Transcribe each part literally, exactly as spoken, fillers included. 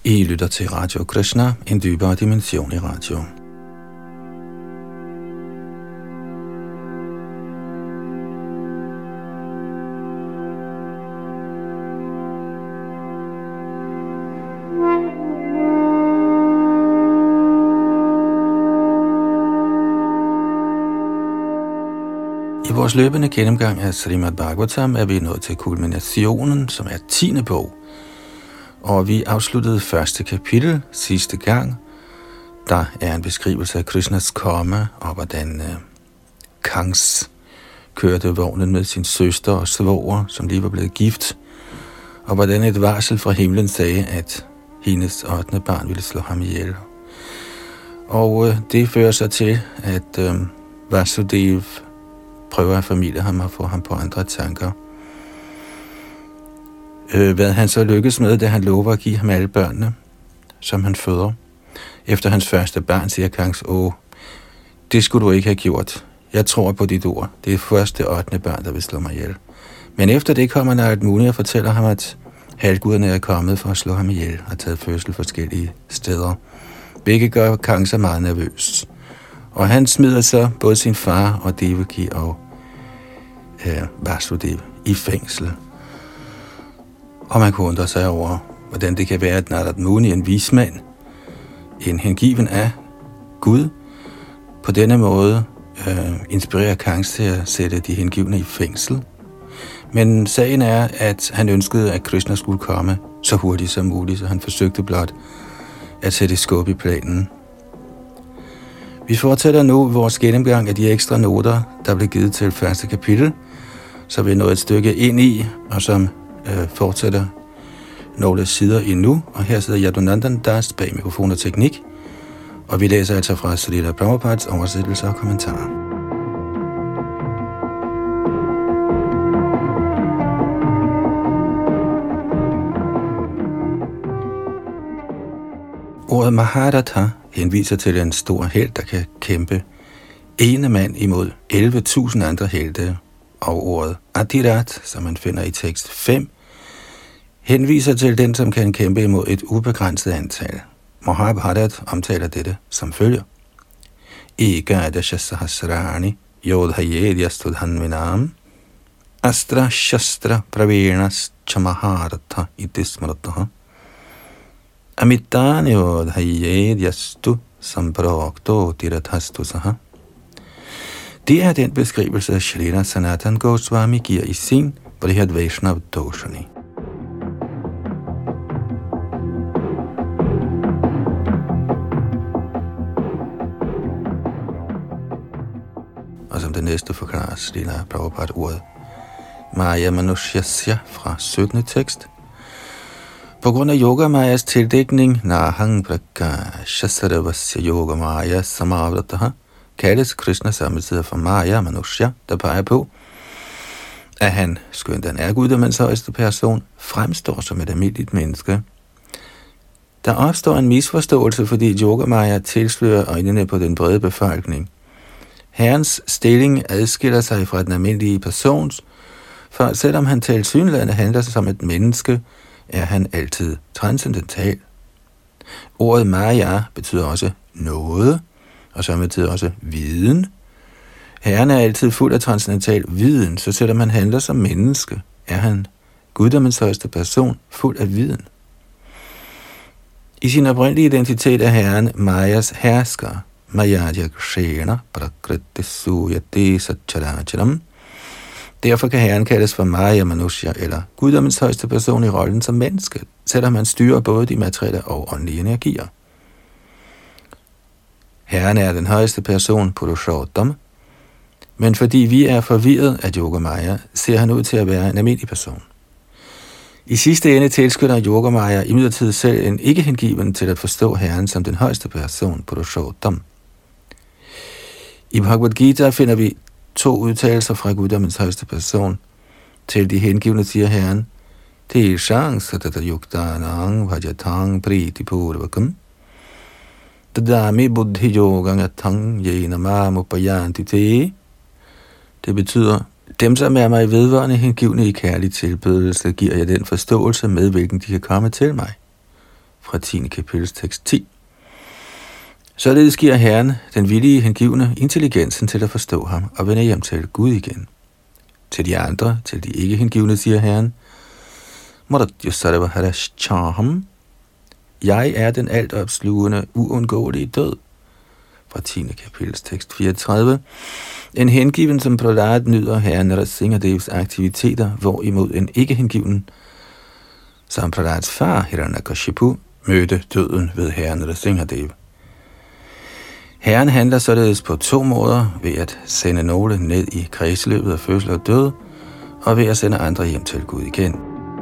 I lytter til Radio Krishna, en dybere dimension i radio. I vores løbende gennemgang af Srimad Bhagavatam er vi nået til kulminationen, som er tiende bog. Og vi afsluttede første kapitel sidste gang. Der er en beskrivelse af Krishnas komme, og hvordan uh, Kangs kørte vognen med sin søster og svoger, som lige var blevet gift, og hvordan et varsel fra himlen sagde, at hendes ottende barn ville slå ham ihjel. Og uh, det fører sig til, at uh, Vasudev prøver at formidle ham og få ham på andre tanker. Hvad han så lykkes med, da han lover at give ham alle børnene, som han føder. Efter hans første barn siger Kangs, åh, det skulle du ikke have gjort. Jeg tror på dit ord. Det er første ottende barn, der vil slå mig ihjel. Men efter det kommer Narad Muni og fortæller ham, at halvguderne er kommet for at slå ham ihjel og taget fødsel forskellige steder. Begge gør Kang så meget nervøs. Og han smider så både sin far og Devaki og øh, Vasudev i fængsel. Og man kunne undre sig over, hvordan det kan være, at Narad Muni, en vismand, en hengiven af Gud, på denne måde øh, inspirerer Kangs til at sætte de hengivne i fængsel. Men sagen er, at han ønskede, at Krishna skulle komme så hurtigt som muligt, så han forsøgte blot at sætte skub i planen. Vi fortsætter nu vores gennemgang af de ekstra noter, der blev givet til første kapitel, så vi er nået et stykke ind i, og som øh, fortsætter nogle sider endnu. Og her sidder Yadunandan Das bag mikrofon og teknik, og vi læser altså fra Srila Prabhupads oversættelser og kommentarer. Ordet Maharatha henviser til en stor helt, der kan kæmpe ene mand imod elleve tusind andre helte, og ordet Adirat, som man finder i tekst fem, henviser til den, som kan kæmpe imod et ubegrænset antal. Mahabharat omtaler dette som følger. Eka dashasahasrani yodhayedyastudhanvinam astra shastra pravenas chamaharatha itismarataha Amitani yodhayedyastu samprokto tirathastu saha. Det er den beskrivelse, Shrila Sanatan Goswami giver i sin Brihad Vaishnav Doshani. Og som det næste forklarer Srila Prabhupada ordet Maya Manushyasya fra syttende tekst. På grund af Yogamayas tildækning, Nahang Prakashasarvasya Yogamaya Samavrataha, kaldes Krishna samtidig for Maya Manushya, der peger på, at han, skønt han er guddommens højeste person, fremstår som et almindeligt menneske. Der opstår en misforståelse, fordi Yogamaya tilslører øjnene på den brede befolkning. Herrens stilling adskiller sig fra den almindelige persons, for selvom han tilsyneladende handler som et menneske, er han altid transcendental. Ordet Maya betyder også noget, og så betyder også viden. Herren er altid fuld af transcendental viden, så selvom han handler som menneske, er han guddommens højeste person fuld af viden. I sin oprindelige identitet er Herren Mayas hersker, Mayadya Kshena Prakriti Suyate Satcharacharam. Derfor kan Herren kaldes for Maya Manushya, eller guddommens højeste person i rollen som menneske, selvom han styrer både de materielle og åndelige energier. Herren er den højeste person, Purushottam, men fordi vi er forvirret af Yogamaya, ser han ud til at være en almindelig person. I sidste ende tilskynder Yogamaya imidlertid selv en ikke-hengiven til at forstå Herren som den højeste person, Purushottam. I Bhagavad Gita finder vi to udtalelser fra guddommens højeste person. Til de hengivne siger Herren, Teshang satata yuktanang bhajatang priti purvakam Dadami buddhi yogangatang yenamam upayanti te. Det betyder, dem som er mig vedvarende hengivne i kærlig tilbedelse, giver jeg den forståelse med, hvilken de kan komme til mig. fra tiende kapitels tekst ti. Således giver Herren den villige hengivne intelligensen til at forstå ham og vende hjem til Gud igen. Til de andre, til de ikke hengivne, siger Herren, jeg er den altopslugende, uundgåelige død. Fra tiende kapitels tekst fireogtredive. En hengiven, som Prahlad nyder Herren Nrsingadevs aktiviteter, hvorimod en ikke hengiven, som Prahlads far Hiranyakashipu, mødte døden ved Herren Nrsingadev. Herren handler således på to måder, ved at sende nogle ned i kredsløbet af fødsel og død, og ved at sende andre hjem til Gud igen.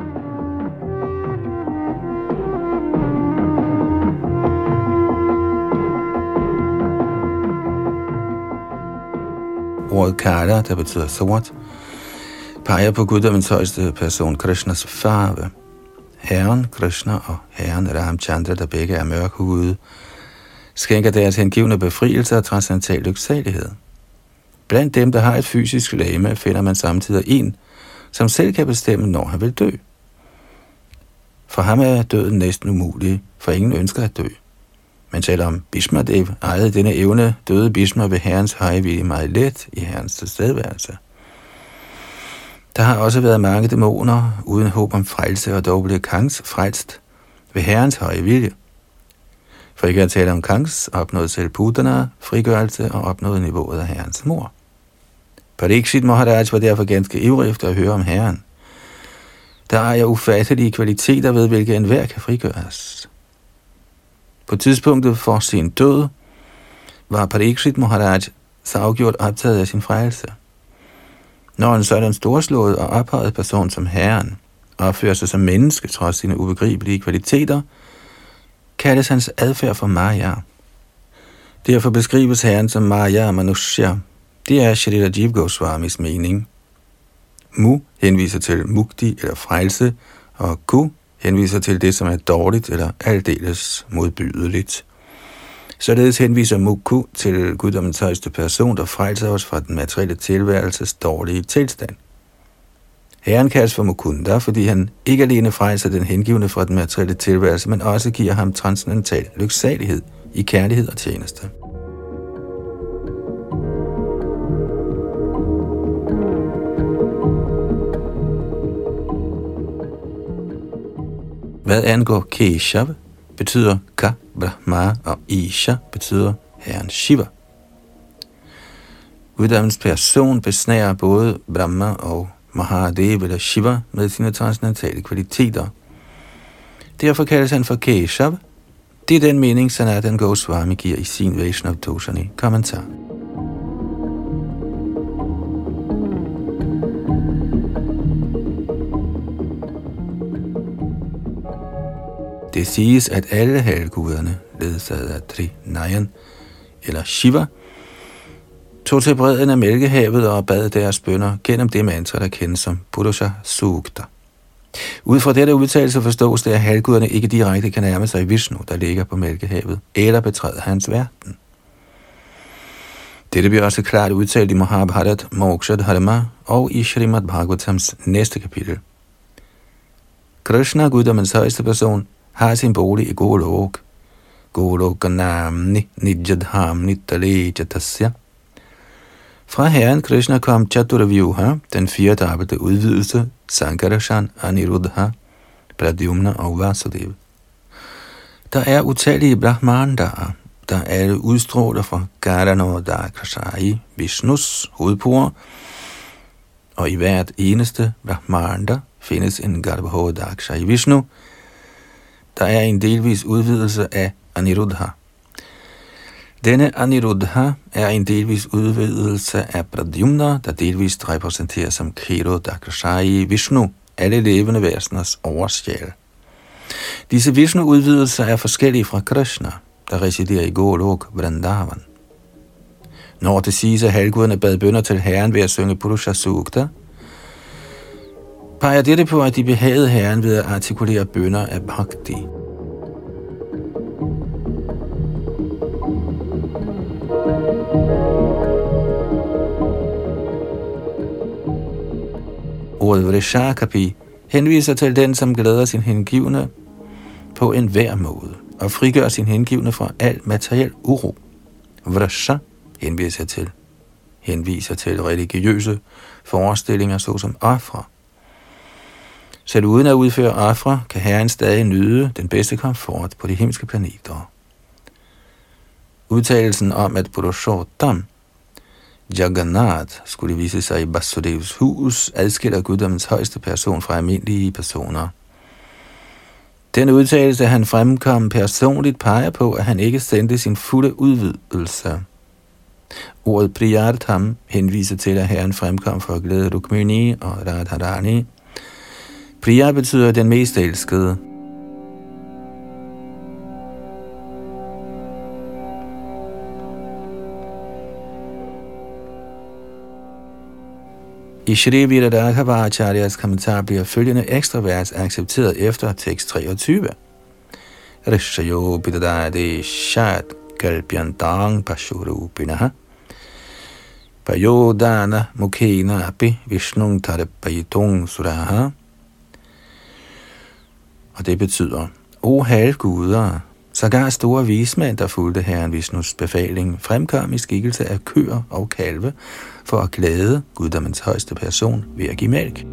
Ordet Kala, der betyder sort, peger på guddommens højeste person, Krishnas farve. Herren Krishna og Herren Ramchandra, der begge er mørkhudede, skænker deres hengivne befrielse og transcendental lyksalighed. Blandt dem, der har et fysisk legeme, finder man samtidig en, som selv kan bestemme, når han vil dø. For ham er døden næsten umulig, for ingen ønsker at dø. Men selvom Bhishmadev ejede denne evne, døde Bhishma ved Herrens høje vilje meget let i Herrens tilstedeværelse. Der har også været mange dæmoner uden håb om frelse, og dog blev Kangs frelst ved Herrens høje vilje. For ikke at tale om Kangs, opnåede selv Putana frigørelse og opnåede niveauet af Herrens mor. Parikshit Maharaj var derfor ganske ivrig efter at høre om Herren. Der er ufattelige kvaliteter ved, hvilke enhver kan frigøres. På tidspunktet for sin død var Parikshit Maharaj så afgjort optaget af sin frelse. Når en sådan storslået og ophøjet person som Herren opfører sig som menneske trods sine ubegribelige kvaliteter, kaldes hans adfærd for Maya. Derfor beskrives Herren som Maya Manushya. Det er Shrila Jiva Goswamis mening. Mu henviser til mukti eller frelse, og ku henviser til det, som er dårligt eller aldeles modbydeligt. Således henviser Mukku til guddommens højeste person, der frelser os fra den materielle tilværelses dårlige tilstand. Herren kaldes for Mukunda, fordi han ikke alene frelser den hengivne fra den materielle tilværelse, men også giver ham transcendental lyksalighed i kærlighed og tjeneste. Hvad angår Keshav, betyder Ka, Brahma, og Isha betyder Herren Shiva. Guddommens person besnærer både Brahma og Mahadev eller Shiva med sine transcendentale kvaliteter. Derfor kaldes han for Keshav. Det er den mening, Sanatan Goswami giver i sin Vaishnav Toshani kommentar. Det siges, at alle halvguderne, ledsaget af Trinayan eller Shiva, tog til bredden af Mælkehavet og bad deres bønner gennem det mantra, der kendes som Purusha Sukta. Ud fra dette udtalelse forstås det, at halvguderne ikke direkte kan nærme sig Vishnu, der ligger på Mælkehavet, eller betræde hans verden. Dette bliver også klart udtalt i Mahabharat Moksha Dharma og i Srimad Bhagavatams næste kapitel. Krishna, guddommens højeste person, har sin bolig i Golok. Golokanamni nijadhamni talejatasya. Fra Herren Krishna kom Chaturavyuha, den firedobbelte udvidelse, Sankarashan, Aniruddha, Pradyumna og Vasudev. Der er utallige Brahmandaer, der alle udstråler fra Karanodakashayi, Vishnus hovedpor, og i hvert eneste Brahmanda findes en Garbhodakashayi Vishnu, der er en delvis udvidelse af Aniruddha. Denne Aniruddha er en delvis udvidelse af Pradyumna, der delvist repræsenterer som Kshirodakashayi Vishnu, alle levende væseners oversjæl. Disse Vishnu-udvidelser er forskellige fra Krishna, der residerer i Golok Vrindavan. Når det siges, at halvguderne bad bønner til Herren ved at synge Purusha Sukta, peger dette på, at de behagede Herren ved at artikulere bønner af bhakti. Ordet Vrishakapi henviser til den, som glæder sin hengivne på enhver måde og frigør sin hengivne fra al materiel uro. Vraja henviser til, henviser til religiøse forestillinger såsom ofre. Selv uden at udføre ofre, kan Herren stadig nyde den bedste komfort på de himmelske planeter. Udtalelsen om, at Purushottam, Jagannath, skulle vise sig i Vasudevs hus, adskiller guddommens højeste person fra almindelige personer. Den udtalelse, han fremkom personligt, peger på, at han ikke sendte sin fulde udvidelse. Ordet Priyartham henviser til, at Herren fremkom for at glæde Rukmini og Radharani. Priya betyder den mest elskede. I Shri Viradhavacharyas kommentar bliver følgende ekstra vers accepteret efter tekst treogtyve. Rishayo bidadade shat kalpyantang pashurupinaha payodana mukhena api vishnung tarapayitung suraha. Og det betyder, o halvguder, sågar store vismænd, der fulgte Herren Vishnus befaling, fremkom i skikkelse af køer og kalve for at glæde guddommens højeste person ved at give mælk.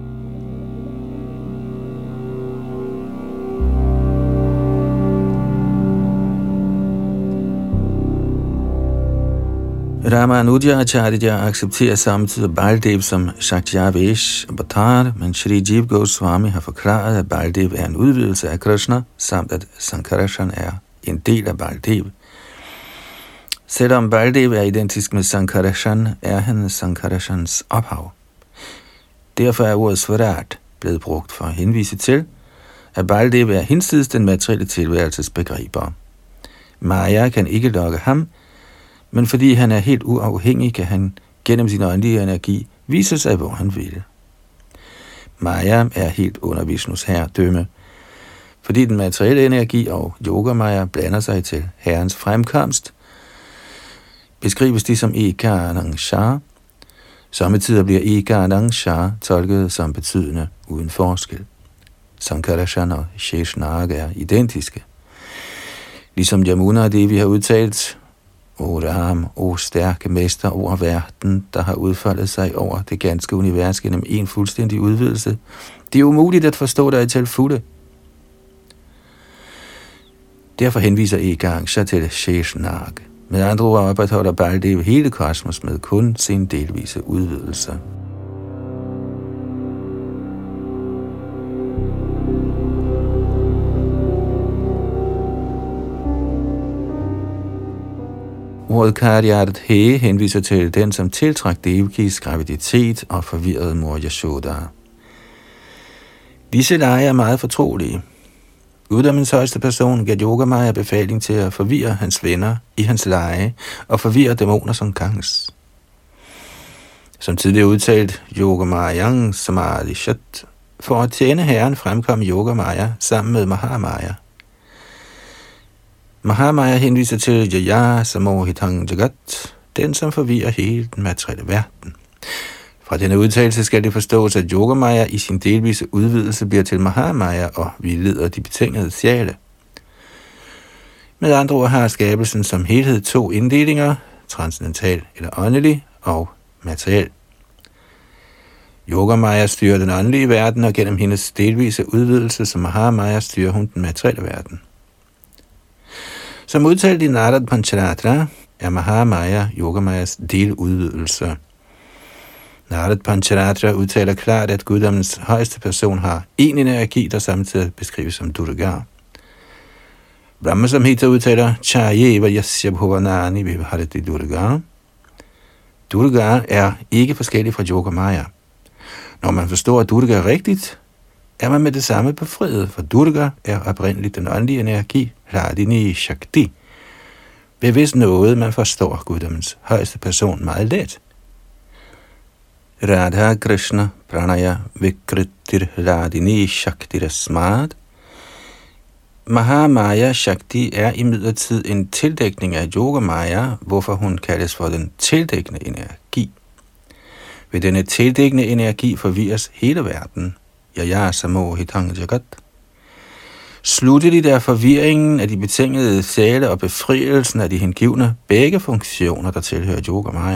Ramanujacharya accepterer samtidig Baldev som Shaktyavesh Avatar, men Shri Jiva Goswami har forklaret, at Baldev er en udvidelse af Krishna, samt at Sankarshan er en del af Baldev. Selvom Baldev er identisk med Sankarshan, er han Sankarshans ophav. Derfor er ordet Svarat blevet brugt for at henvise til, at Baldev er hinsides den materielle tilværelses begreber. Maya kan ikke lokke ham, men fordi han er helt uafhængig, kan han gennem sin åndelige energi vise sig, hvor han vil. Maya er helt under Vishnus herredømme, fordi den materielle energi og yogamaya blander sig til Herrens fremkomst, beskrives de som Ekanang Shah. Sommetider bliver Ekanang Shah tolket som betydende uden forskel. Sankarshan og Sheshnag er identiske. Ligesom Yamuna Devi har udtalt, O Ram, o stærke mester over verden, der har udfoldet sig over det ganske univers gennem en fuldstændig udvidelse. Det er umuligt at forstå dig til fulde. Derfor henviser Ekangsha til Sheshnag. Med andre ord opretholder Baldev hele kosmos med kun sin delvise udvidelse. Ordet Karyardhe henviser til den, som tiltrak Devakis graviditet og forvirrede mor Yashoda. Disse lege er meget fortrolige. Guddommens højeste person gav Yogamaya befaling til at forvirre hans venner i hans lege og forvirre dæmoner som Kangs. Som tidligere udtalt, Yogamayang Samadhishat, for at tjene Herren fremkom Yogamaya sammen med Mahamaya. Mahamaya henviser til Yaya Samohitang Jagat, den som forvirrer hele den materielle verden. Fra denne udtalelse skal det forstås, at Yogamaya i sin delvise udvidelse bliver til Mahamaya og vildleder de betingede sjæle. Med andre ord har skabelsen som helhed to inddelinger, transcendental eller åndelig og materiel. Yogamaya styrer den åndelige verden, og gennem hendes delvise udvidelse som Mahamaya styrer hun den materielle verden. Som udtalt i Narad Pancharatra er Mahamaya Yogamayas deludvidelse. Narad Pancharatra udtaler klart, at guddommens højeste person har én energi, der samtidig beskrives som Durga. Brahma Samhita udtaler Chayeva Yasya Bhuvanani Vibharati Durga. Durga er ikke forskellig fra Yogamaya. Når man forstår, at Durga er rigtigt, er man med det samme befriet, for Durga er oprindeligt den åndelige energi, Hladini Shakti. Bevidst noget, man forstår guddommens højeste person meget let. Radha Krishna Pranaya Vikritir Hladini Shakti Rasmad. Mahamaya Shakti er imidlertid en tildækning af Yogamaya, hvorfor hun kaldes for den tildækkende energi. Ved denne tildækkende energi forvirres hele verden. Yaya Samohitang Jagat. Slutteligt er forvirringen af de betingede sjæle og befrielsen af de hengivne begge funktioner, der tilhører Yogamaya.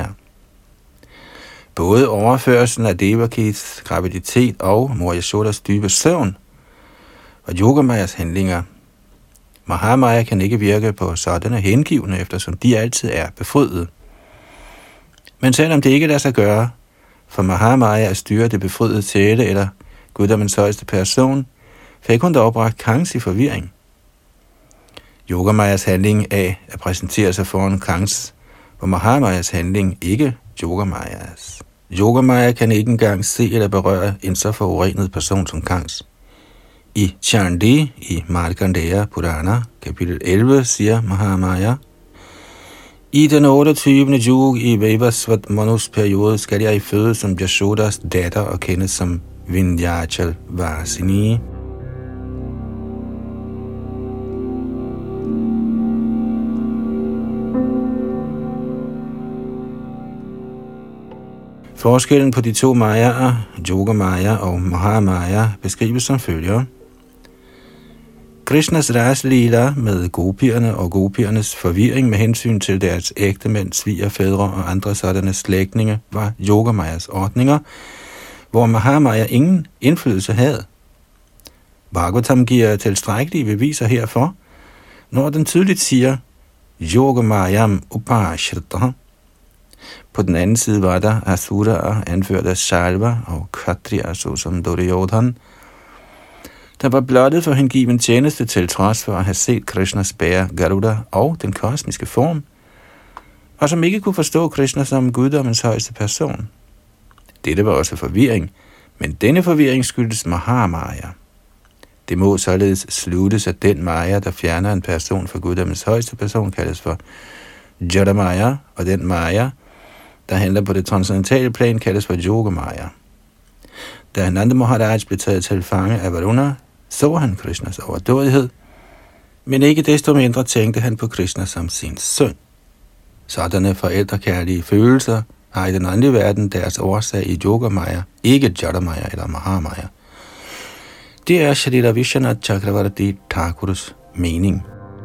Både overførelsen af Devakis graviditet og Mor Yashodas dybe søvn og Yogamayas handlinger. Mahamaya kan ikke virke på sådanne hengivne, eftersom de altid er befriet. Men selvom det ikke lader sig gøre for Mahamaya at styre det befriede sjæle eller guddommens højeste person, fik hun dog bragt Kangs i forvirring. Yogamayas handling af at præsentere sig foran Kangs, og Mahamayas handling ikke Yogamayas. Yogamaya kan ikke engang se eller berøre en så forurenet person som Kangs. I Chandi, i Markandeya Purana, kapitel elleve, siger Mahamaya: I den otteogtyvende yug i Vaivasvat Manus periode skal jeg føde som Yashodas datter og kendes som Vindhyachal Vasini. Forskellen på de to mayaer, Yogamaya og Mahamaya, beskrives som følger. Krishnas raslila med gopierne og gopiernes forvirring med hensyn til deres ægtemænd, svigerfædre og andre sådanne slægtninge var Yogamayas ordninger, hvor Mahamaya ingen indflydelse havde. Bhagavatam giver tilstrækkelige beviser herfor, når den tydeligt siger Yogamayam upashrita. På den anden side var der asuraer anført af Salva og Kshatriya, såsom Duryodhan, der var blottet for hengiven tjeneste til trods for at have set Krishnas bære Garuda og den kosmiske form, og som ikke kunne forstå Krishna som guddommens højeste person. Dette var også forvirring, men denne forvirring skyldes Mahamaya. Det må således sluttes, at den Maya, der fjerner en person fra guddommens højeste person, kaldes for Jadamaya, og den Maya, der handler på det transcendentale plan, kaldes for Yogamaya. Da Ananda Maharaj blev taget til fange af Varuna, så han Krishnas overdådighed, men ikke desto mindre tænkte han på Krishna som sin søn. Sådanne forældrekærlige følelser har i den åndelige verden deres årsag i Yogamaya, ikke Jadamaya eller Mahamaya. Det er Shrila Vishwanath Chakravarti Thakurs mening.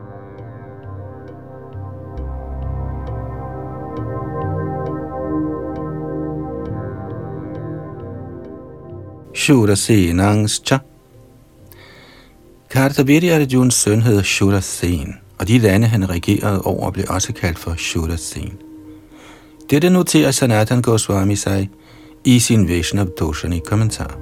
Shurasenangscha. Kartavirya Arjuns søn hed Shurasen, og de lande, han regerede over, blev også kaldt for Shurasen. Dette noterer Sanatan Goswami sig i sin Vaishnav Doshani kommentar.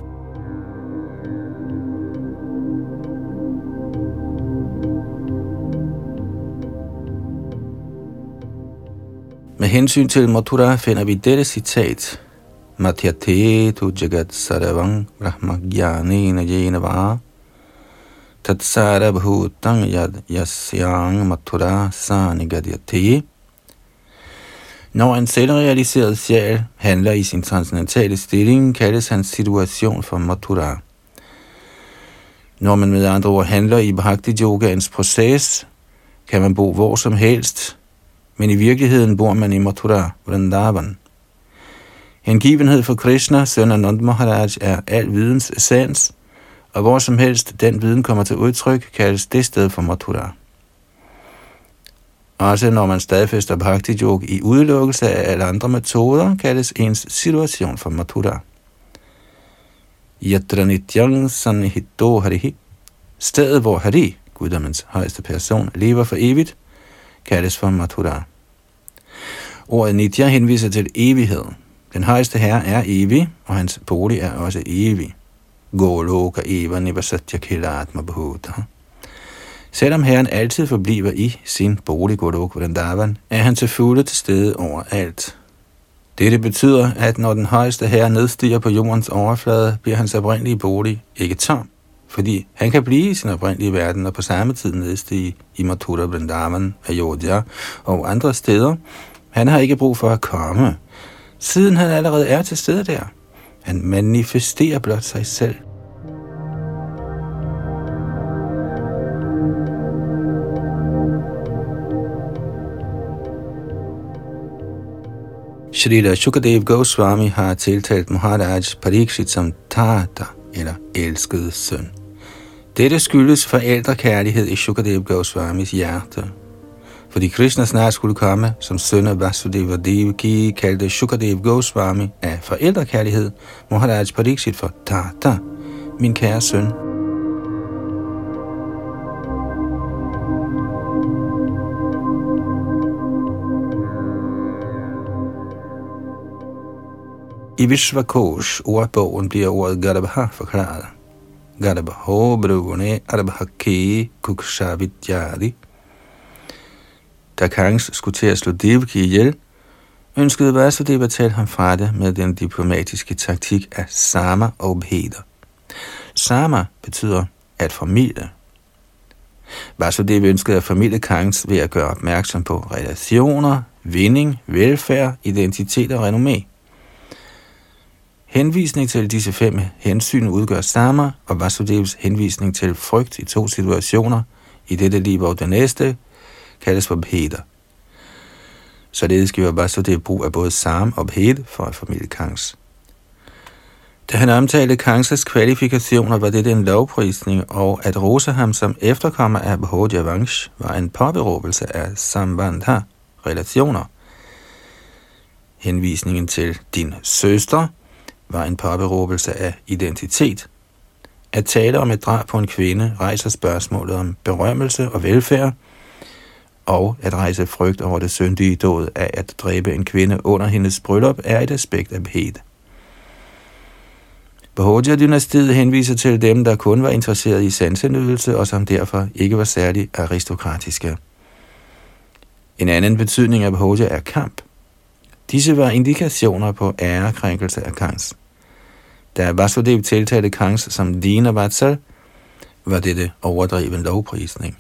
Med hensyn til Mathura finder vi dette citat: Mathyate tu jagat saravang brahmagyane jena va tatsara bhutang yad yasyang mathura sanigadyate. Når en selvrealiseret sjæl handler i sin transcendentale stilling, kaldes hans situation for Mathura. Når man med andre ord handler i Bhakti Yogaens proces, kan man bo hvor som helst, men i virkeligheden bor man i Mathura, Vrindavan. Hengivenhed for Krishna, søn af Nanda Maharaj, er al videns essens, og hvor som helst den viden kommer til udtryk, kaldes det sted for Mathura. Også når man stadfæster Bhakti Yoga i udelukkelse af alle andre metoder, kaldes ens situation for Mathura. Yatra nityang sanihito harihi. Stedet, hvor Hari, guddommens højeste person, lever for evigt, kaldes for Mathura. Ordet nitya henviser til evighed. Den højeste herre er evig, og hans bolig er også evig. Goloka eva nivasatya kilatma bhuta. Selvom herren altid forbliver i sin bolig Goloka Vrindavan, er han til fulde til stede overalt. Dette betyder, at når den højeste herre nedstiger på jordens overflade, bliver hans oprindelige bolig ikke tom, fordi han kan blive i sin oprindelige verden og på samme tid nedstige i Mathura, Vrindavan, Ayodhya og andre steder. Han har ikke brug for at komme, siden han allerede er til stede der. Han manifesterer blot sig selv. Shrila Shukadev Goswami har tiltalt Maharaj Parikshit som Tata, eller elskede søn. Dette skyldes forældrekærlighed i Shukadeva Goswamis hjerte. Fordi Krishna snart skulle komme som søn af Vasudeva Devaki, kaldte Shukadeva Goswami af forældrekærlighed Maharaj Pariksit for Tata, min kære søn. I Vishvakosh ordbogen bliver ordet Garbha forklaret. Garbho brune arbhake kukshavidyadi. Da Kangs skulle til at slå Devaki ihjel, ønskede Vasudeva at tale ham fra det med den diplomatiske taktik af sama og bheda. Sama betyder at formidle. Vasudeva ønskede at formidle Kangs ved at gøre opmærksom på relationer, vinding, velfærd, identitet og renommé. Henvisning til disse fem hensyn udgør sama, og Vasudevs henvisning til frygt i to situationer, i dette liv og det næste, kaldes for bheda. Således giver Vasudev brug af både sam og bhed for at formidle Kangs. Da han omtalte Kangs' kvalifikationer, var det en lovprisning, og at rose ham som efterkommer af Bhodja Vansh var en påberåbelse af sambandha, relationer. Henvisningen til din søster var en påberåbelse af identitet. At tale om et drab på en kvinde rejser spørgsmålet om berømmelse og velfærd, og at rejse frygt over det syndige dåd af at dræbe en kvinde under hendes bryllup er et aspekt af bhed. Bhodja-dynastiet henviser til dem, der kun var interesseret i sansenydelse og som derfor ikke var særlig aristokratiske. En anden betydning af Bhodja er kamp. Disse var indikationer på ærekrænkelse af Kangs. Da Vasudev tiltalte Kangs som Dina Vatsal, var dette overdreven lovprisning.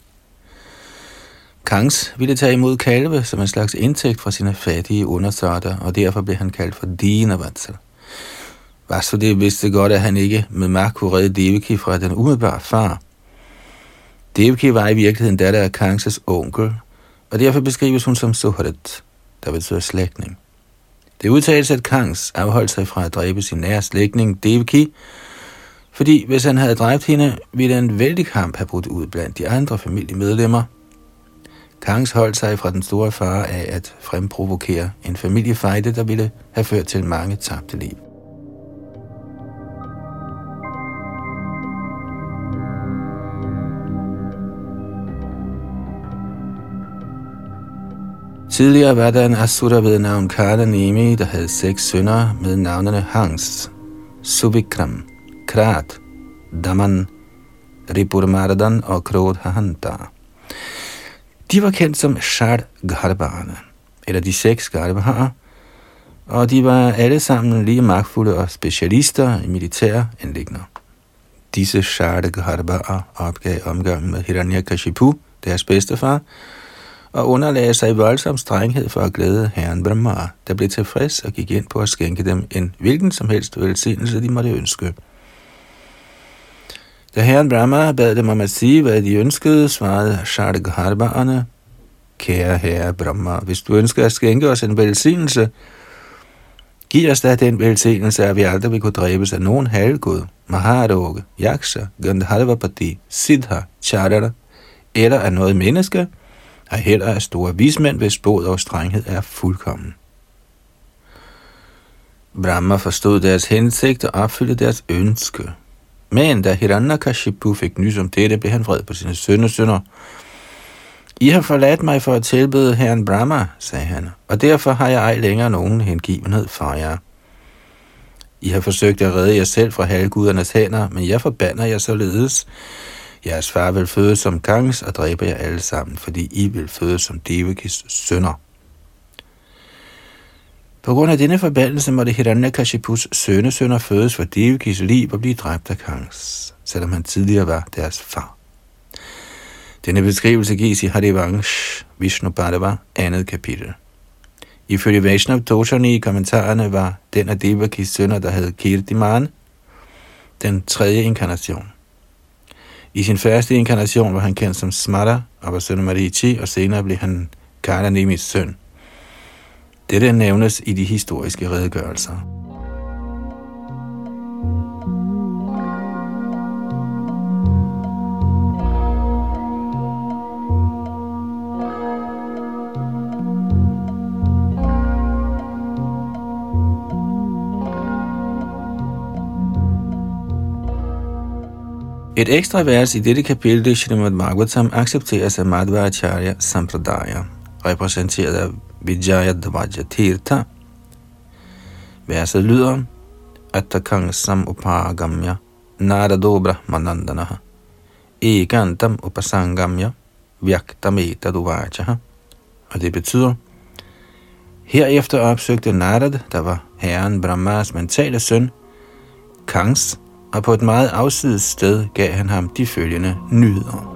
Kangs ville tage imod kalve som en slags indtægt fra sine fattige undersåtter, og derfor blev han kaldt for Dina Vatsal. Vasudev vidste godt, at han ikke med magt kunne redde Devaki fra den umiddelbare far. Devaki var i virkeligheden datter af Kangs' onkel, og derfor beskrives hun som Suhrit, der betyder slægtning. Det udtales, at Kangs afholdt sig fra at dræbe sin nære slægtning Devaki, fordi hvis han havde dræbt hende, ville en vældig kamp have brudt ud blandt de andre familiemedlemmer. Kangs holdt sig fra den store fare af at fremprovokere en familiefejde, der ville have ført til mange tabte liv. Tidligere var der en asura ved navn Kalanemi, der havde seks sønner med navnene Hangs, Subikram, Krat, Daman, Ripurmardan og Krodhahanta. De var kendt som Shad Garbha'erne, eller de seks Garbha'er, og de var alle sammen lige magtfulde og specialister i militære anliggender. Disse Shad Garbha'er opgav omgangen med Hiranyakashipu, deres bedstefar, og underlagde sig i voldsom strenghed for at glæde herren Brahma, der blev tilfreds og gik ind på at skænke dem en hvilken som helst velsignelse, de måtte ønske. Da herren Brahma bad dem om at sige, hvad de ønskede, svarede Shad Garbha'erne: Kære herre Brahma, hvis du ønsker at skænke os en velsignelse, giv os da den velsignelse, at vi aldrig vil kunne dræbes af nogen halvgud, Maharoga, Yaksha, Gandharvapati, Siddha, Charara, eller af noget menneske, og heller af store vismænd, hvis båd og strenghed er fuldkommen. Brahma forstod deres hensigt og opfyldte deres ønske. Men da Hiranyakashipu fik nys om dette, blev han vred på sine sønnesønner. I har forladt mig for at tilbede herren Brahma, sagde han, og derfor har jeg ej længere nogen hengivenhed for jer. I har forsøgt at redde jer selv fra halvgudernes hænder, men jeg forbander jer således. Jeres far vil fødes som Kangs og dræber jer alle sammen, fordi I vil fødes som Devakis sønner. På grund af denne forbandelse måtte Hiranyakashipus sønnesønner fødes for Devakis liv og blive dræbt af Kangs, selvom han tidligere var deres far. Denne beskrivelse gives i Harivansh Vishnupadava, andet kapitel. Ifølge Vaishnav Toshani i kommentarerne var den af Devakis sønner, der hed Kirtiman, den tredje inkarnation. I sin første inkarnation var han kendt som Smara og var søn af Marichi, og senere blev han Kalanemis søn. Dette nævnes i de historiske redegørelser. Et ekstra vers i dette kapitel i Srimad Bhagavatam accepteres af Madhvacharya Sampradaya, repræsenteret af Vijayadvaja Tirtha. Verset lyder: Attakang sam upagamya narado brahmanandanaha ekantam upasangamya vyaktametaduvajah. Og det betyder: herefter opsøgte Narad, der var herren Brahmas mentale søn, Kangs, og på et meget afsides sted gav han ham de følgende nyheder.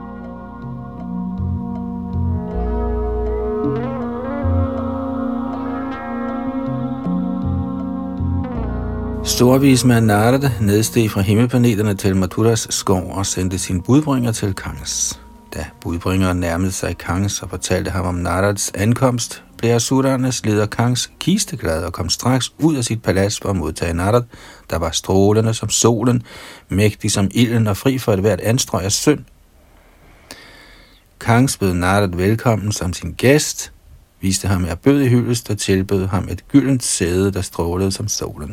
Storvismand Narad nedsteg fra himmelplaneterne til Mathuras skov og sendte sin budbringer til Kangs. Da budbringeren nærmede sig Kangs og fortalte ham om Narads ankomst, blev asuraernes leder Kangs kisteglad og kom straks ud af sit palads for at modtage Narad, der var strålende som solen, mægtig som ilden og fri for et hvert anstrøg af synd. Kangs bød Narad velkommen som sin gæst, viste ham ærbødig hyldest og tilbød ham et gyldent sæde, der strålede som solen.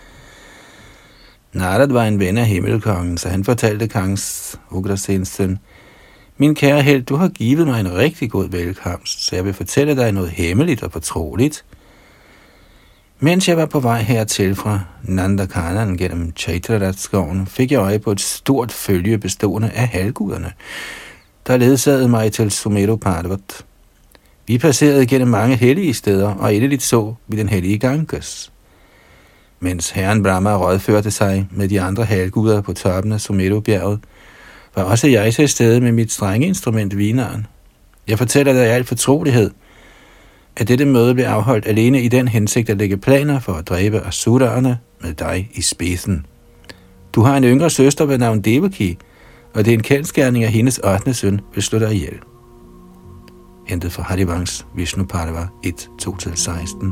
Narad var en ven af himmelkongen, så han fortalte Kangs, Ugrasens søn: min kære helt, du har givet mig en rigtig god velkomst, så jeg vil fortælle dig noget hemmeligt og fortroligt. Mens jeg var på vej hertil fra Nandakanan gennem Chaitarath-skoven, fik jeg øje på et stort følge bestående af halvguderne, der ledsagede mig til Sumeru Parvat. Vi passerede gennem mange hellige steder, og endeligt så vi den hellige Ganges. Mens herren Brahma rådførte sig med de andre halvguder på toppen af Sumeru-bjerget, var også jeg til stede med mit strenge instrument vineren. Jeg fortæller dig i al fortrolighed, at dette møde blev afholdt alene i den hensigt at lægge planer for at dræbe asuraerne med dig i spidsen. Du har en yngre søster ved navn Devaki, og det er en kendsgerning, at hendes ottende søn vil slå dig ihjel. Hentet fra Harivansh Vishnu Parva et to til seksten.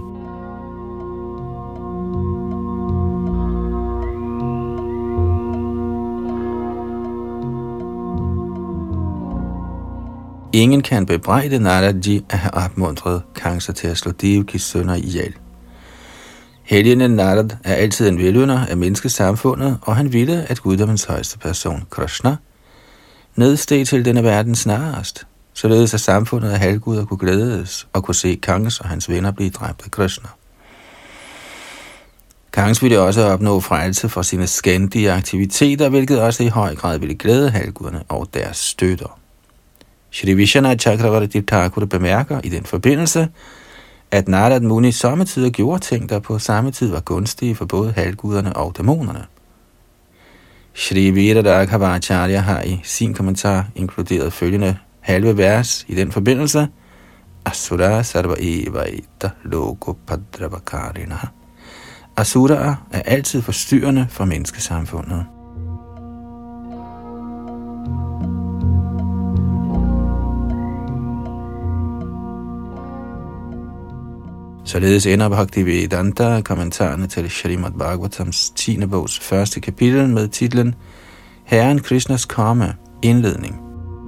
Ingen kan bebrejde Naradji at have opmuntret Kansa til at slå Devakis sønner ihjel. Helgenen Narad er altid en velynder af menneskesamfundet, og han ville, at guddommens højeste person, Krishna, nedsteg til denne verden snarest, således at samfundet af halvguder kunne glædes og kunne se Kangs og hans venner blive dræbt af Krishna. Kangs ville også opnå frelse for sine skændige aktiviteter, hvilket også i høj grad ville glæde halvguderne og deres støtter. Shri Vishwanath Chakravarti Thakur bemærker i den forbindelse, at Narad Muni sommetider gjorde ting, der på samme tid var gunstige for både halvguderne og dæmonerne. Shri Vedaraghavacharya har i sin kommentar inkluderet følgende halve vers i den forbindelse: Asura sarva eva eta loko padravakarina. Asuraer er altid forstyrrende for menneskesamfundet. Således ender Bhaktivedanta kommentarerne til Srimad Bhagavatams tiende bogs første kapitel med titlen Herren Krishnas komme, indledning.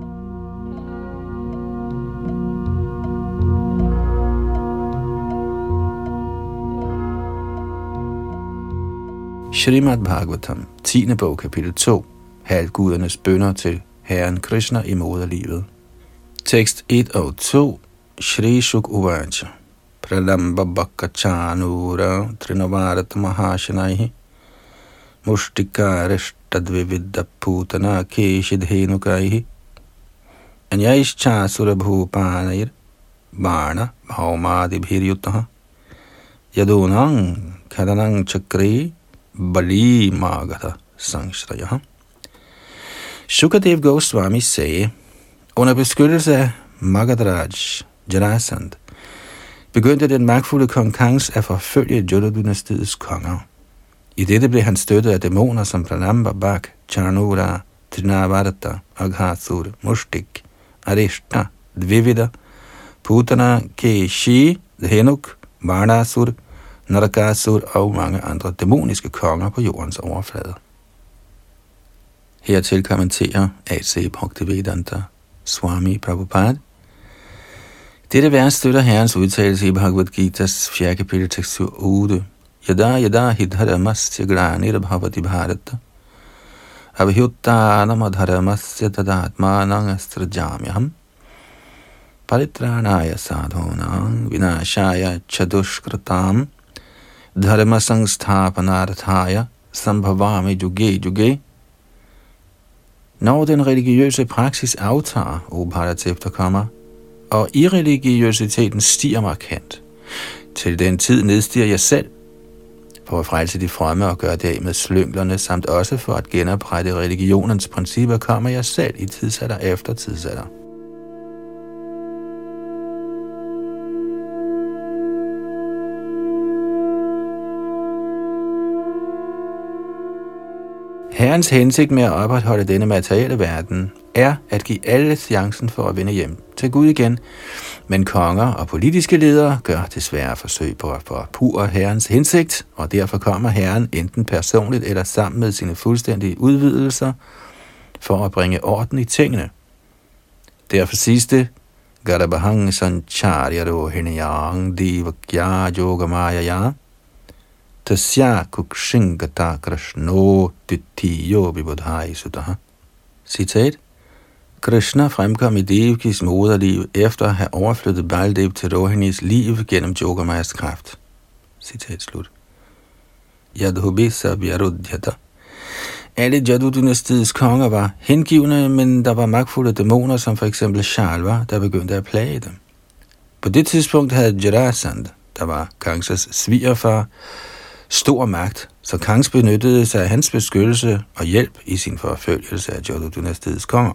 Srimad Bhagavatam, tiende bog, kapitel to, halvgudernes bønner til Herren Krishna i moderlivet. Tekst et og to, Shri Shuk Uvacha. Pralamba Bakkachanura Trinavarat Mahashanaihi Mushtika Rishtadvividda Putana Keshidhenukaihi Anyaishcha Surabhupanayir Bana Bhaumadibhiryutaha Yadunang Kadanang Chakri Bali Magata Sangshraya. Shukadev Goswami sagde: under beskyttelse af Magadraj Jarasandh begyndte den magtfulde kong Kangs at forfølge Joda-dynastiets konger. I dette blev han støttet af dæmoner som Pralamba Bak, Chanura, Trinavarta, Aghasur, Mushtik, Arishta, Dvivida, Putana, Keshi, Dhenuk, Varnasur, Narakasur og mange andre dæmoniske konger på jordens overflade. Hertil kommenterer A C Bhaktivedanta Swami Prabhupada. Dette vers støtter herrens udtalelse i Bhagavad Gita's fjerde kapitel tekst otte. Yada yada hidharamastya granir bhavati bharata Abhyuttanam adharamasya tadatmanang astrajamyaham paritranaya sadhunang vinashaya chadushkratam dharma sangsthapanarthaya sambhavami juge juge. Når den religiøse praksis aftager, o Bharats efterkommer, og irreligiøsiteten stiger markant, til den tid nedstiger jeg selv, for at frelse de fremme og gøre det af med slynglerne, samt også for at genoprette religionens principper, kommer jeg selv i tidsalder efter tidsalder. Herrens hensigt med at opretholde denne materielle verden er at give alle chancen for at vende hjem til Gud igen, men konger og politiske ledere gør desværre forsøg på at forpurre Herrens hensigt, og derfor kommer Herren enten personligt eller sammen med sine fuldstændige udvidelser for at bringe orden i tingene. Derfor siges det, Garabahang sancharya rohiniyang divakya yogamaya tasya kukshingata krishno dittiyo vibodhai sutaha. Citat. Krishna fremkom i Devakis moderliv efter at have overflyttet Baldev til Rohinis liv gennem Yogamayas kraft. Citat slut. Yadhubisa vyarudhyata. Alle Jadu-dynastiets konger var hengivne, men der var magtfulde dæmoner, som for eksempel Shalva, der begyndte at plage dem. På det tidspunkt havde Jarasandh, der var Kangsas svigerfar, stor magt, så Kangs benyttede sig af hans beskyttelse og hjælp i sin forfølgelse af Jadu-dynastiets konger.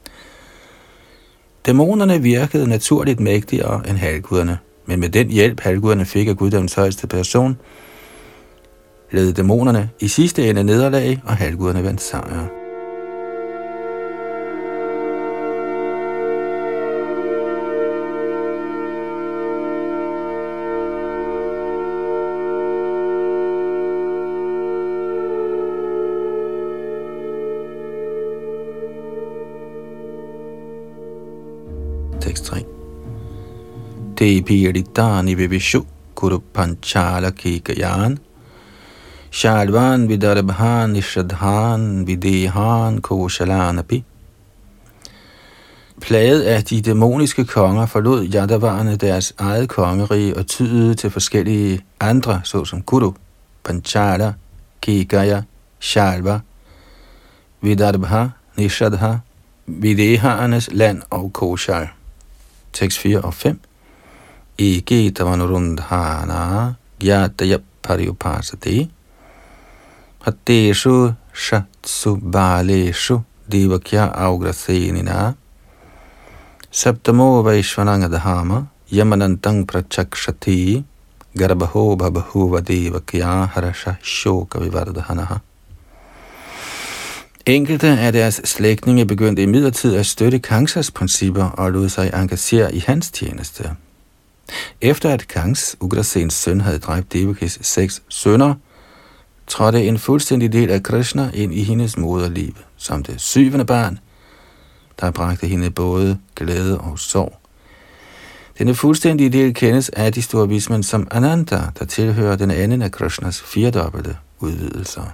Dæmonerne virkede naturligt mægtigere end halvguderne, men med den hjælp, halvguderne fik af guddommens højeste person, led dæmonerne i sidste ende nederlag, og halvguderne vandt sejr. Tekst tre. Te piritani vivishu kuru panchala kikayan Shalvan vidarbhan nishadhan videhan koshalanapi. Plaget af de dæmoniske konger forlod Yadavarerne deres eget kongerige og tydede til forskellige andre, såsom Kuru, Panchala, Kikaya, Shalva, Vidarbha, Nishadha, Videhaernes land og Koshal. Tekst fire og fem. Ege tavanurundhana gyataya pariupasate hatteshu shatsu baleshu devakya augrasenina saptamo vaishvanangadhama yamanantang prachakshati garbaho babhuva devakya harasha shoka vivardhanaha. Enkelte af deres slægtninge begyndte imidlertid at støtte Kangsas principper og lod sig engagere i hans tjeneste. Efter at Kangs, Ugrasens søn, havde dræbt Devakis seks sønner, trådte en fuldstændig del af Krishna ind i hendes moderliv, som det syvende barn, der bragte hende både glæde og sorg. Denne fuldstændige del kendes af de store vismænd som Ananta, der tilhører den anden af Krishnas firedobbelte udvidelser.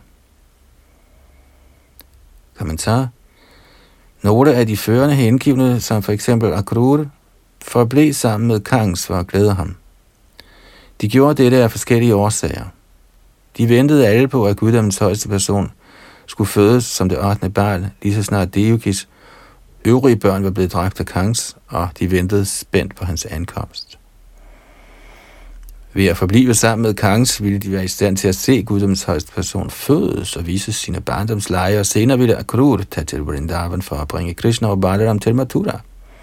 Kommentar. Nogle af de førende hengivne, som for eksempel Akrur, forblev sammen med Kangs for at glæde ham. De gjorde dette af forskellige årsager. De ventede alle på, at guddommens højeste person skulle fødes som det ottende barn, lige så snart Devakis øvrige børn var blevet dræbt af Kangs, og de ventede spændt på hans ankomst. Ved at forblive sammen med Kangs, ville de være i stand til at se guddommens højeste person fødes og vise sine barndomsleje, og senere ville Akrur tage til Vrindavan for at bringe Krishna og Balaram til Mathura.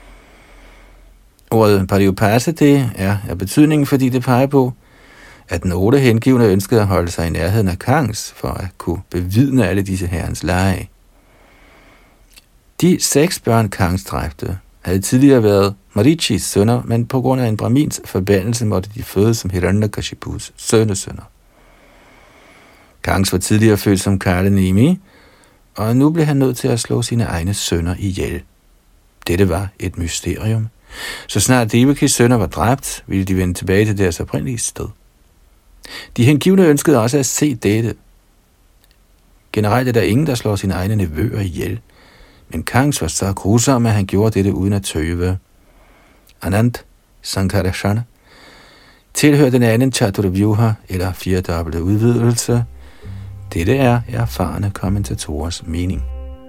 Ordet pariupasate er af betydning, fordi det peger på, at nogle hengivne ønskede at holde sig i nærheden af Kangs, for at kunne bevidne alle disse herrens lege. De seks børn Kangs dræbte havde tidligere været Marichis sønner, men på grund af en brahmins forbandelse måtte de fødes som Hiranyakashipus sønnesønner. Kangs var tidligere født som Kalanemi, og nu blev han nødt til at slå sine egne sønner ihjel. Dette var et mysterium. Så snart Devakis sønner var dræbt, ville de vende tilbage til deres oprindelige sted. De hengivne ønskede også at se dette. Generelt er der ingen, der slår sine egne nevøer ihjel, men Kangs var så grusom, at han gjorde dette uden at tøve. Anand Sankarashana tilhører den anden Chaturvyuha, eller firedobbelte udvidelse. Dette er erfarne kommentatorers mening.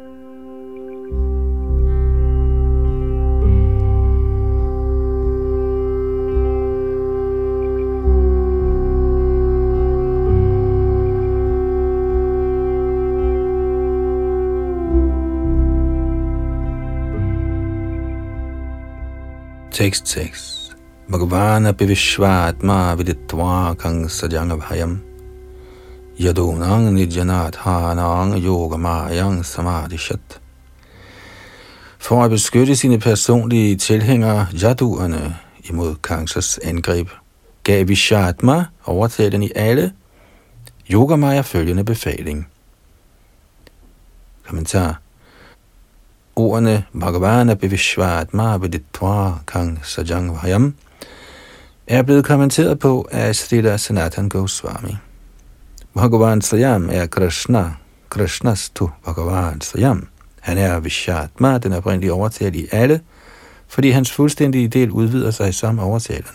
Tekst seks. Bhagavana bivishvatma viditva kang sajanga bhayam yadonang nijanathānang yogamayang samadhishat. For at beskytte sine personlige tilhængere, jaduerne, imod Kangsas angreb, gav Vishatma, overtalen i alle, Yogamaya følgende befaling. Kommentar. Ordene Bhagavana bivishvatma viditva kang sajang bhayam er blevet kommenteret på af Srila Sanatan Goswami. Bhagavan Swayam er Krishna, Krishnas tu Bhagavan Swayam. Han er Vishatma, den oprindelige overtale i alle, fordi hans fuldstændige del udvider sig som overtalen.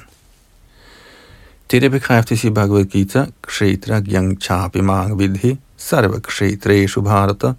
Dette bekræftes i Bhagavad Gita, Kshetra Gyang Chapimang Vidhi, Sarva Kshetreshu Bharata.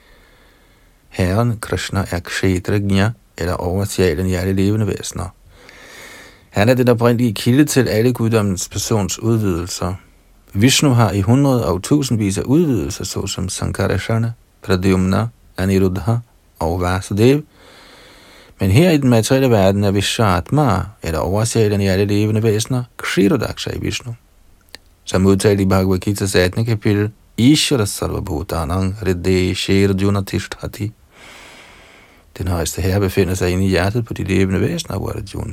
Herren Krishna er Kshetrajna, eller overtalen i alle levende væsener. Han er den oprindelige kilde til alle guddommens persons udvidelser. Vishnu har i hundrede og tusindvis af udvidelser, såsom Sankarashana, Pradyumna, Aniruddha og Vasudev. Men her i den materielle verden er Vishatma, eller overtalen i alle levende væsener, Kshirodaksha i Vishnu. Som udtalt i Bhagavad Gita's attende kapitel, Ishvara Sarvabhutanang Hridde Sherjuna Tishthati. Den højeste herre befinder sig inde i hjertet på de levende væsener af Arjuna.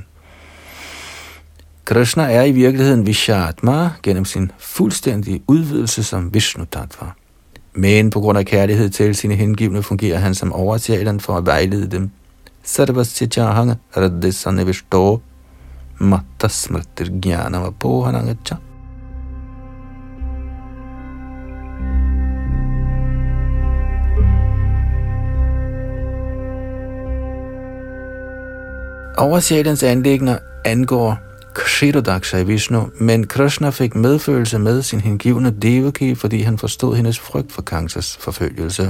Krishna er i virkeligheden Vishatma gennem sin fuldstændige udvidelse som Vishnu Tattva. Men på grund af kærlighed til sine hengivne fungerer han som overtaleren for at vejlede dem. Sarvasya Radesane Vishto Matta Smritir Jnanama Pohanangacha. Overtalens anliggender angår Kshirodaksha i Vishnu, men Krishna fik medfølelse med sin hengivne Devaki, fordi han forstod hendes frygt for Kangsas forfølgelse.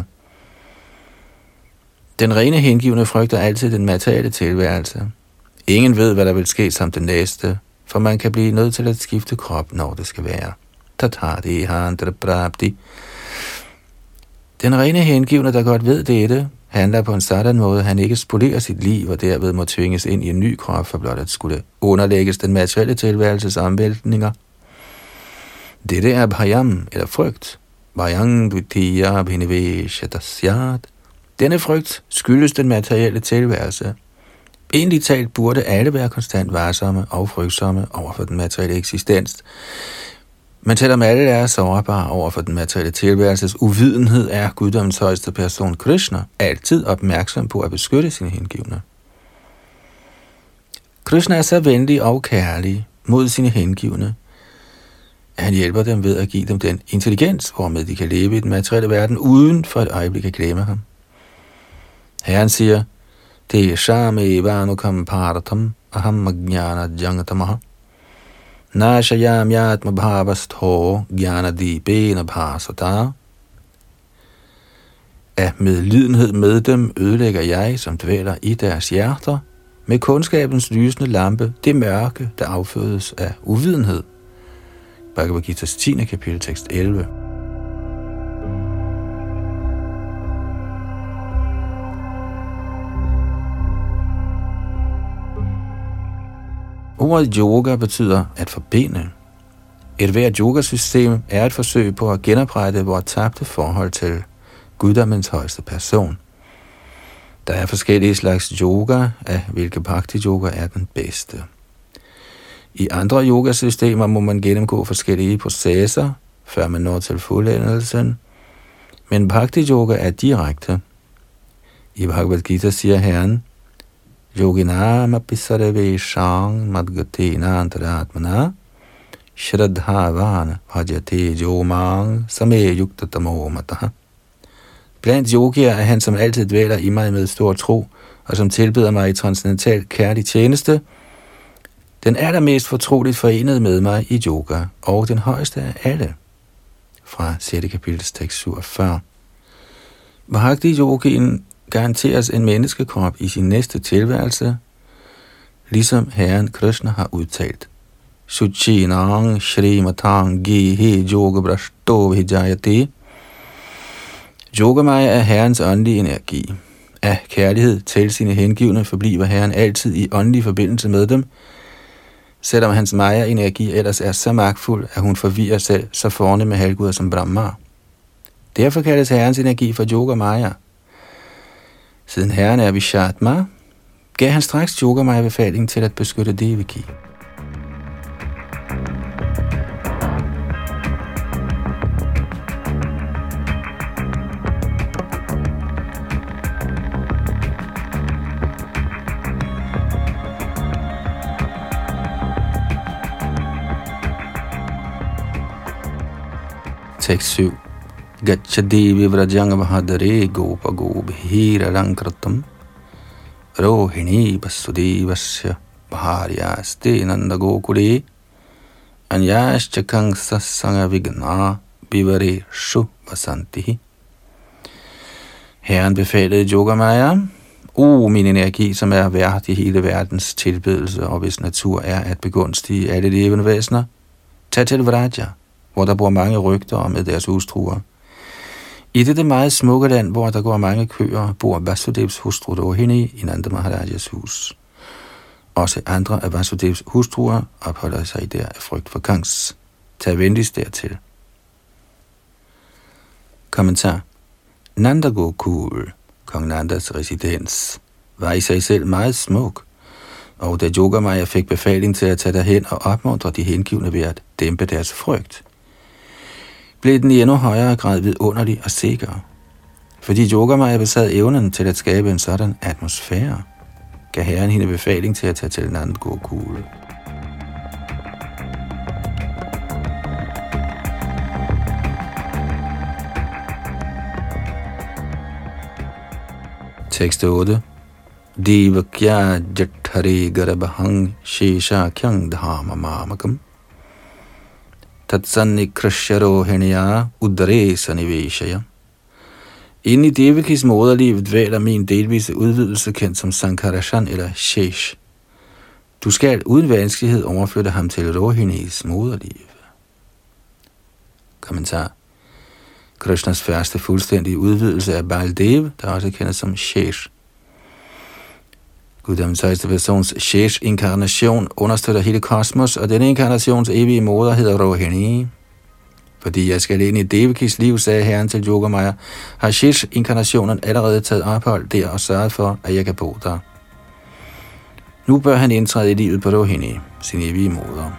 Den rene hengivne frygter altid den materielle tilværelse. Ingen ved, hvad der vil ske som det næste, for man kan blive nødt til at skifte krop, når det skal være. Tathati handra prapti. Den rene hengivne, der godt ved dette, handler på en sådan måde, at han ikke spolerer sit liv og derved må tvinges ind i en ny krop for blot at skulle underlægges den materielle tilværelses omvæltninger. Dette er bhayam, eller frygt. Bhayang dvitiya bhiniveshatasyat. Denne frygt skyldes den materielle tilværelse. Egentlig talt burde alle være konstant varsomme og frygtsomme over for den materielle eksistens. Men selvom alle er sårbare over for den materielle tilværelses uvidenhed, er guddommens højeste person Krishna altid opmærksom på at beskytte sine hengivne. Krishna er så venlig og kærlig mod sine hengivne, at han hjælper dem ved at give dem den intelligens, hvormed de kan leve i den materielle verden uden for et øjeblik at glemme ham. Herren siger, det er shame vanukam paratam aham ajnana jangatamaha. Nashayam yatma bhavastho jnanadibena bhasata. Af medlidenhed med dem ødelægger jeg, som dvæler i deres hjerter, med kundskabens lysende lampe, det mørke, der affødes af uvidenhed. Bhagavad Gita's tiende kapitel, tekst elleve. Ordet yoga betyder at forbinde. Et hvert yogasystem er et forsøg på at genoprette vores tabte forhold til guddommens højeste person. Der er forskellige slags yoga, af hvilke bhakti yoga er den bedste. I andre yogasystemer må man gennemgå forskellige processer, før man når til fuldendelsen, men bhakti yoga er direkte. I Bhagavad Gita siger Herren, Yoginam apisarve shang madgatena antaratmana shraddhavana bhajate yomang same yuktatamo mataha. Blandt yogier er han, som altid dvæler i mig med stor tro, og som tilbeder mig i transcendental kærlig tjeneste, den allermest fortroligt forenet med mig i yoga, og den højeste af alle. Fra sjette kapitel, tekst syvogfyrre. Bhakti yogien garanteres en menneskekrop i sin næste tilværelse, ligesom Herren Krishna har udtalt. Suchinang Shrimatang Gihe Yoga Brashto Vijayate. Yogamaya er Herrens åndelige energi. Af kærlighed til sine hengivne forbliver Herren altid i åndelig forbindelse med dem, selvom hans Maya-energi ellers er så magtfuld, at hun forvirrer selv så fornemme halvguder som Brahma. Derfor kaldes Herrens energi for Yogamaya. Siden Herren er Vishatma, gav han straks Yogamaya befaling til at beskytte Devaki. Tekst syv. Gacchadevi vrajang vahadare gopa gobhira lankratam rohini basudevasya bharyaste nanda gokule anyashchakang sassanga vigna bivare shu vasantihi. Herren befalede Yogamaya, O min energi, som er vært i hele verdens tilbedelse, og hvis natur er at begunstige alle levende væsener, tag til Vraja, hvor der bor mange rygter med deres hustruer. I dette meget smukke land, hvor der går mange køer, bor Vasudevs hustru Rohini i Nanda Maharajas hus. Også andre af Vasudevs hustruer opholder sig der af frygt for Kangs. Tag venligst dertil. Kommentar. Nanda Gokul, kong Nandas residens, var i sig selv meget smuk, og da Yogamaya fik befaling til at tage derhen og opmuntre de hengivne ved at dæmpe deres frygt, blev den i endnu højere grad vidunderlig og sikker. Fordi Yogamaya besad evnen til at skabe en sådan atmosfære, gav Herren hende befaling til at tage til Nanda Gokul. Tekst otte. Devakya jathare garabhang shesha kyang dhama mamakam tatsanni krashyaro henya udare saniveshaya. Inde i Devakis moderliv dvæler min delvise udvidelse kendt som Sankarashan eller Shesh. Du skal uden vanskelighed overflytte ham til Rohinis moderliv. Kommentar. Krishnas første fuldstændige udvidelse af Baldev, der også kendes som Shesh. Guddommens højeste persons Shesh-inkarnation understøtter hele kosmos, og denne inkarnations evige moder hedder Rohini. Fordi jeg skal ind i Devakis liv, sagde Herren til Yogamaya, har Shesh-inkarnationen allerede taget ophold der og sørget for, at jeg kan bo der. Nu bør han indtræde i livet på Rohini, sin evige moder.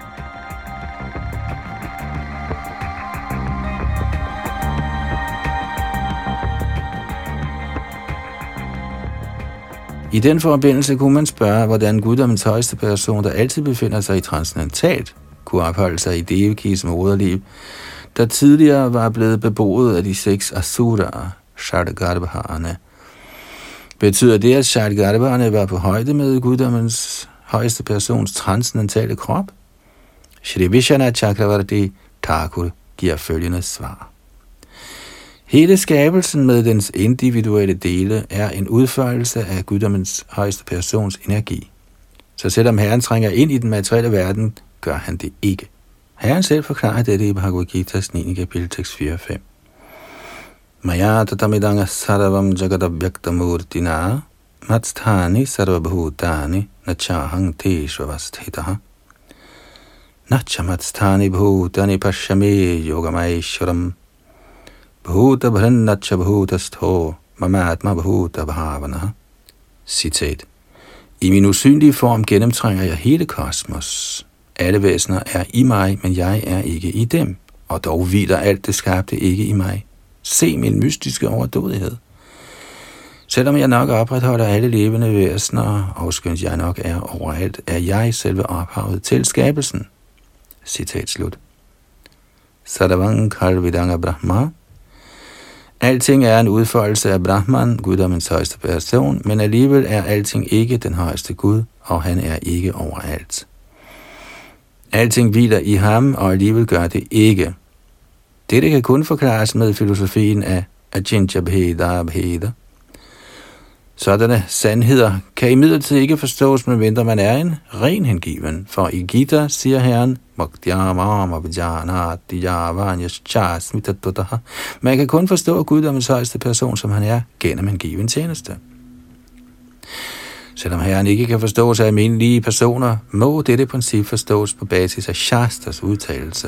I den forbindelse kunne man spørge, hvordan guddommens højeste person, der altid befinder sig i transcendentalt, kunne opholde sig i Devakis moderliv, der tidligere var blevet beboet af de seks asuraer, Shadgarbhane. Betyder det, at Shadgarbhane var på højde med guddommens højeste persons transcendentale krop? Shri Vishwanath Chakravarti Thakur giver følgende svar. Hele skabelsen med dens individuelle dele er en udførelse af guddommens højeste persons energi. Så selvom Herren trænger ind i den materielle verden, gør han det ikke. Herren selv forklarer dette i Bhagavad Gita's niende kapitel, tekst fire og fem. Maya tatamidanga sarvam jagadabhyaktamurtina matsthani sarvabhutani nachahang teshvavasthitaha nachamatstani bhutani pashyame yogamaishwaram Bhuta bhrannacha bhutastho mamatma bhuta bhavana. Citat. I min usynlige form gennemtrænger jeg hele kosmos. Alle væsener er i mig, men jeg er ikke i dem. Og dog hviler alt det skabte ikke i mig. Se min mystiske overdådighed. Selvom jeg nok opretholder alle levende væsener, og skønt jeg nok er overalt, er jeg selve ophavet til skabelsen. Citat slut. Sarvang kalvidanga brahma. Alting er en udfoldelse af Brahman, guddommens højeste person, men alligevel er alting ikke den højeste Gud, og han er ikke overalt. Alting hviler i ham, og alligevel gør det ikke. Dette kan kun forklares med filosofien af Achintya Bheda Bheda. Sådanne sandheder kan imidlertid ikke forstås, medmindre man er en ren hengiven. For i Gita siger Herren, man kan kun forstå guddommens højeste person, som han er, gennem hengiven tjeneste. Selvom Herren ikke kan forstås af almindelige personer, må dette princip forstås på basis af Shastras udtalelse.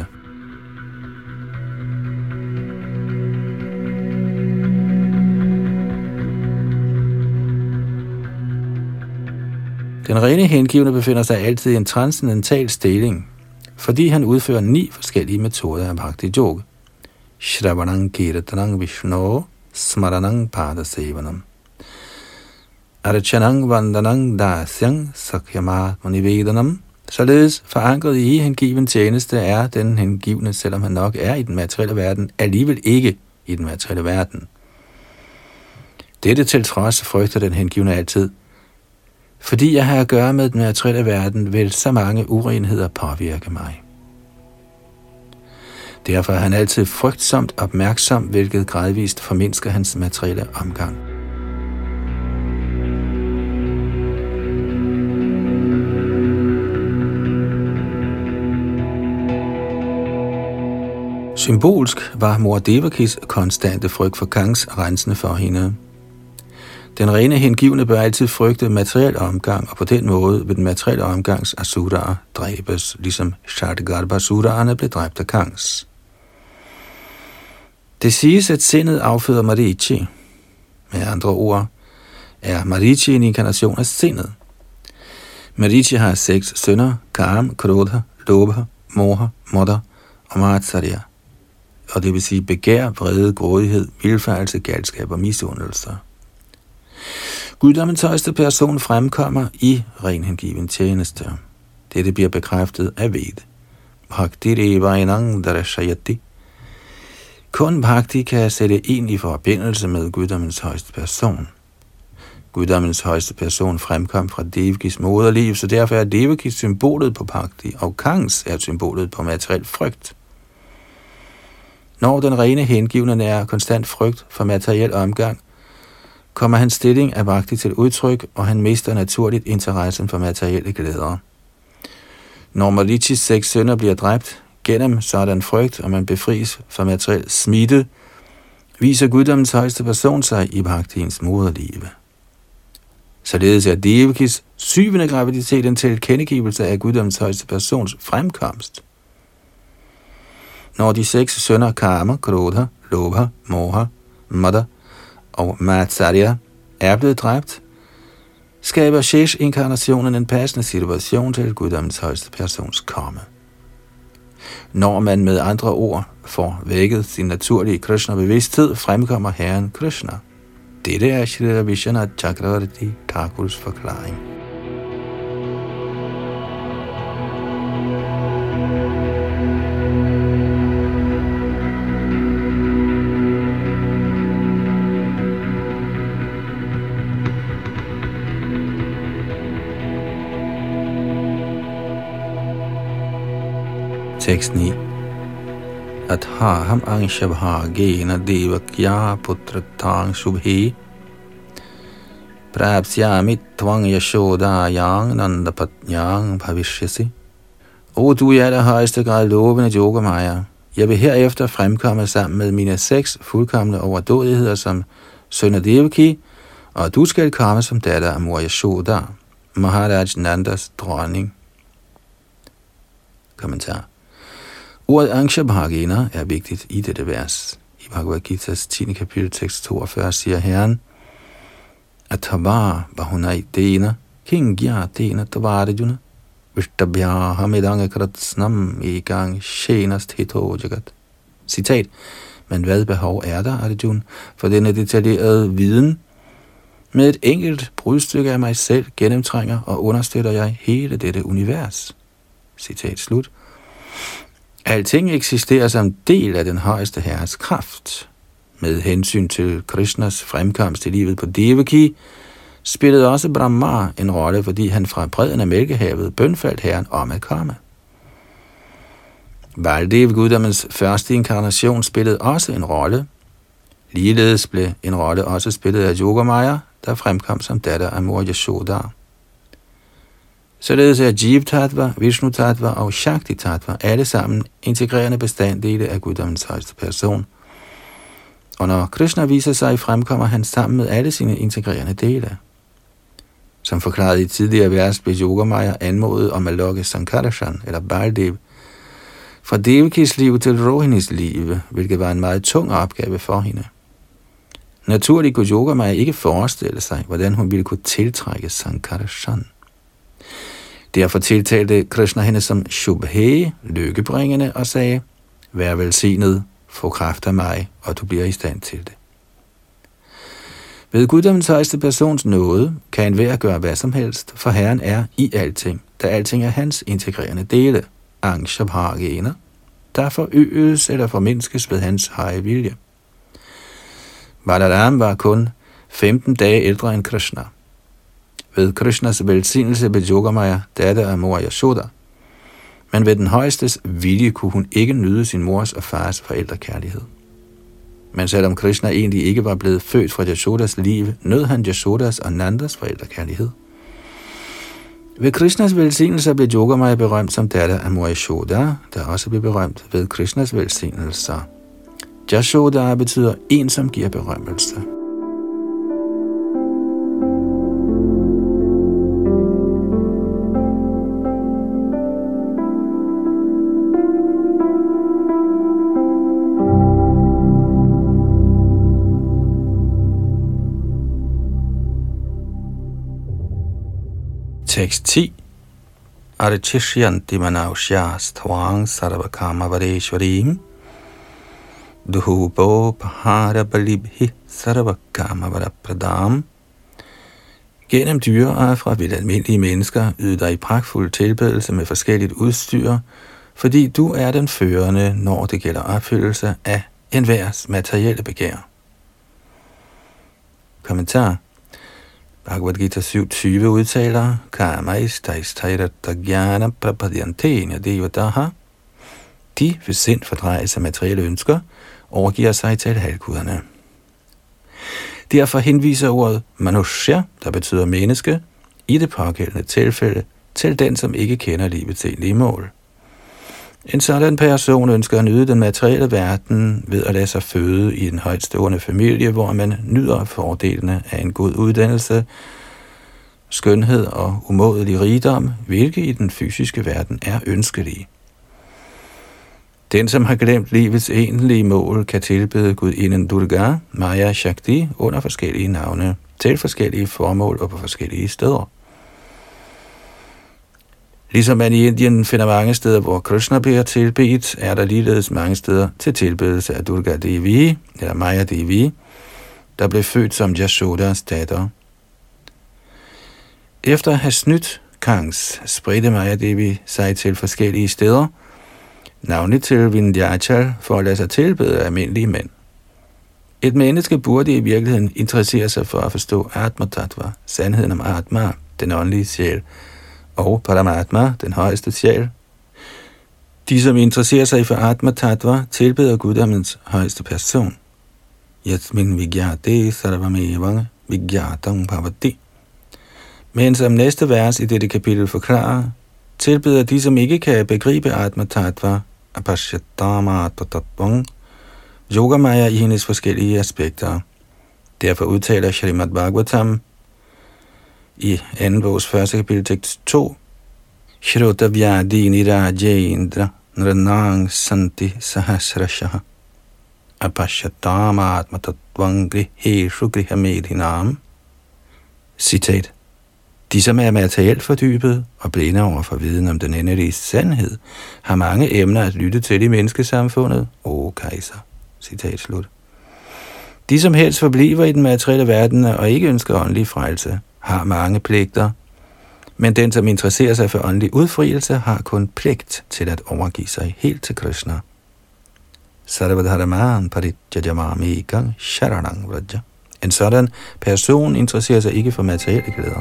Den rene hengivne befinder sig altid i en transcendental stilling, fordi han udfører ni forskellige metoder af bhakti yoga. Shravanam kirtanam vishno smaranam padasevanam. Archanam vandanam dasyam sakyamatma nivedanam. Således forankret i hengiven tjeneste er den hengivne, selvom han nok er i den materielle verden, alligevel ikke i den materielle verden. Dette til trods frygter den hengivne altid, fordi jeg har at gøre med den materielle verden, vil så mange urenheder påvirke mig. Derfor er han altid frygtsomt opmærksom, hvilket gradvist formindsker hans materielle omgang. Symbolsk var mor Devakis konstante frygt for Kangs rensende for hende. Den rene hengivne bør altid frygte materiel omgang, og på den måde vil den materielle omgangs asuraer dræbes, ligesom Shatgarbhasuraerne blev dræbt af Kangs. Det siges, at sindet afføder Marichi. Med andre ord er Marichi en inkarnation af sindet. Marichi har seks sønner: Kam, Krodha, Lobha, Moha, Moda og Matsarya. Og det vil sige begær, vrede, grådighed, vildfarelse, galskab og misundelser. Guddommens højeste person fremkommer i ren hengiven tjeneste. Dette bliver bekræftet af Ved. Kun bhakti kan sætte en i forbindelse med guddommens højeste person. Guddommens højeste person fremkom fra Devakis moderliv, så derfor er Devakis symbolet på bhakti, og Kangs er symbolet på materiel frygt. Når den rene hengivne nærer konstant frygt for materiel omgang, kommer hans stilling af bhakti til udtryk, og han mister naturligt interessen for materielle glæder. Når Marichis seks sønner bliver dræbt gennem sådan frygt, og man befries fra materiel smitte, viser guddommens højeste person sig i bhaktiens moderliv. Således er Devakis syvende graviditet en tilkendegivelse af guddommens højeste persons fremkomst. Når de seks sønner Kama, Krodha, Lobha, Moha, Mada og Matsarya er blevet dræbt, skaber Shesh-inkarnationen en passende situation til guddommens højeste persons komme. Når man med andre ord får vækket sin naturlige Krishna-bevidsthed, fremkommer Herren Krishna. Dette er Shrila Vishwanath Chakravarti Thakurs forklaring. Tekst ni. Athaham anshabhagena devakya putratang shubhe prapsyami tvang yashodayang nandapatnyang bhavishyasi. O du i allerhøjeste grad lovende Yogamaya, jeg vil herefter fremkomme sammen med mine seks fuldkomne overdådigheder som søn af Devaki, og du skal komme som datter af mor Yashoda, Maharaj Nandas dronning. Kommentar. Ordet Anshabhagena er vigtigt i dette vers. I Bhagavad Gita's tiende kapitel, tekst toogfyrre, siger Herren, Athavar bahunai dena, kingya dena tavarajuna, vishtabhyaham edanga kratsnam egang shenast hito jagat. Citat. Men hvad behov er der, Arjuna, for denne detaljerede viden? Med et enkelt brudstykke af mig selv gennemtrænger og understøtter jeg hele dette univers. Citat slut. Alting eksisterer som del af den højeste herres kraft. Med hensyn til Krishnas fremkomst i livet på Devaki, spillede også Brahma en rolle, fordi han fra bredden af Mælkehavet bønfaldt herren om at komme. Baldev, guddommens første inkarnation, spillede også en rolle. Ligeledes blev en rolle også spillet af Yogamaya, der fremkom som datter af mor Yashoda. Således er Jiv Tattva, Vishnu Tattva og Shakti Tattva alle sammen integrerende bestanddele af guddommens højeste person. Og når Krishna viser sig, fremkommer han sammen med alle sine integrerende dele. Som forklaret i tidligere vers blev Yogamaya anmodet om at lokke Sankarshan eller Baldev fra Devakis liv til Rohinis liv, hvilket var en meget tung opgave for hende. Naturligt kunne Yogamaya ikke forestille sig, hvordan hun ville kunne tiltrække Sankarshan. Derfor tiltalte Krishna hende som Shubhe, lykkebringende, og sagde, vær velsignet, få kraft af mig, og du bliver i stand til det. Ved guddommens højeste persons nåde kan enhver gøre hvad som helst, for Herren er i alting, da alting er hans integrerende dele, angshabhagena, der forøges eller formindskes ved hans høje vilje. Balaram var kun femten dage ældre end Krishna. Ved Krishnas velsignelse blev Yogamaya datter af mor Yashoda, men ved den højestes vilje kunne hun ikke nyde sin mors og fars forældrekærlighed. Men selvom Krishna egentlig ikke var blevet født fra Yashodas liv, nød han Yashodas og Nandas forældrekærlighed. Ved Krishnas velsignelser blev Yogamaya berømt som datter af mor Yashoda, der også blev berømt ved Krishnas velsignelser. Yashoda betyder en, som giver berømmelse. Tekst ti. Archishyanti manausyas tvang sarvakama vareshvarim duhubo pahara balibhi sarvakama varapradam. Gennem dyreejer fra vidt almindelige mennesker yder dig i pragtfuld tilbedelse med forskelligt udstyr, fordi du er den førende, når det gælder opfyldelse af enhvers materielle begær. Kommentar. Bhagavad Gita syv tyve udtaler, Kamaistaistairatagyana prapadyantena devataha. De ved sind fordrejes af materielle ønsker, overgiver sig til halvguderne. Derfor henviser ordet manushya, der betyder menneske, i det pågældende tilfælde til den, som ikke kender livets egentlige mål. En sådan person ønsker at nyde den materielle verden ved at lade sig føde i en højtstående familie, hvor man nyder fordelene af en god uddannelse, skønhed og umådelig rigdom, hvilke i den fysiske verden er ønskelige. Den, som har glemt livets egentlige mål, kan tilbede gudinden Durga, Maya Shakti, under forskellige navne, til forskellige formål og på forskellige steder. Ligesom man i Indien finder mange steder, hvor Krishna bliver tilbedt, er der ligeledes mange steder til tilbedelse af Durga Devi, eller Maya Devi, der blev født som Yashodas datter. Efter at have snydt Kangs, spredte Maya Devi sig til forskellige steder, navnligt til Vindhyachal, for at lade sig tilbede af almindelige mænd. Et menneske burde i virkeligheden interessere sig for at forstå Atma Tattva, sandheden om Atma, den åndelige sjæl, og Paramatma, den højeste sjæl. De, som interesserer sig for Atma Tattva, tilbeder guddommens højeste person. Yasmin vigyate sarvamevang vigyatam bhavati. Men som næste vers i dette kapitel forklarer, tilbeder de, som ikke kan begribe Atma Tattva, apashyatama tatvang, Yogamaya i hendes forskellige aspekter. Derfor udtaler Srimad Bhagavatam i anden bogs første kapitel tekst to, Shrotavyadini rajendra nranang santi sahasrashaha apashyatama atma tatvang griheshu grihamedhinam. Citat. De, som er materielt fordybet og blinde over for viden om den endelige sandhed, har mange emner at lytte til i menneskesamfundet. O kejser. Citat slut. De, som helst forbliver i den materielle verden og ikke ønsker åndelig frelse, har mange pligter, men den, som interesserer sig for åndelig udfrielse, har kun pligt til at overgive sig helt til Krishna. Sarvadharaman paritjajamamekang sharanang vraja. En sådan person interesserer sig ikke for materielle glæder.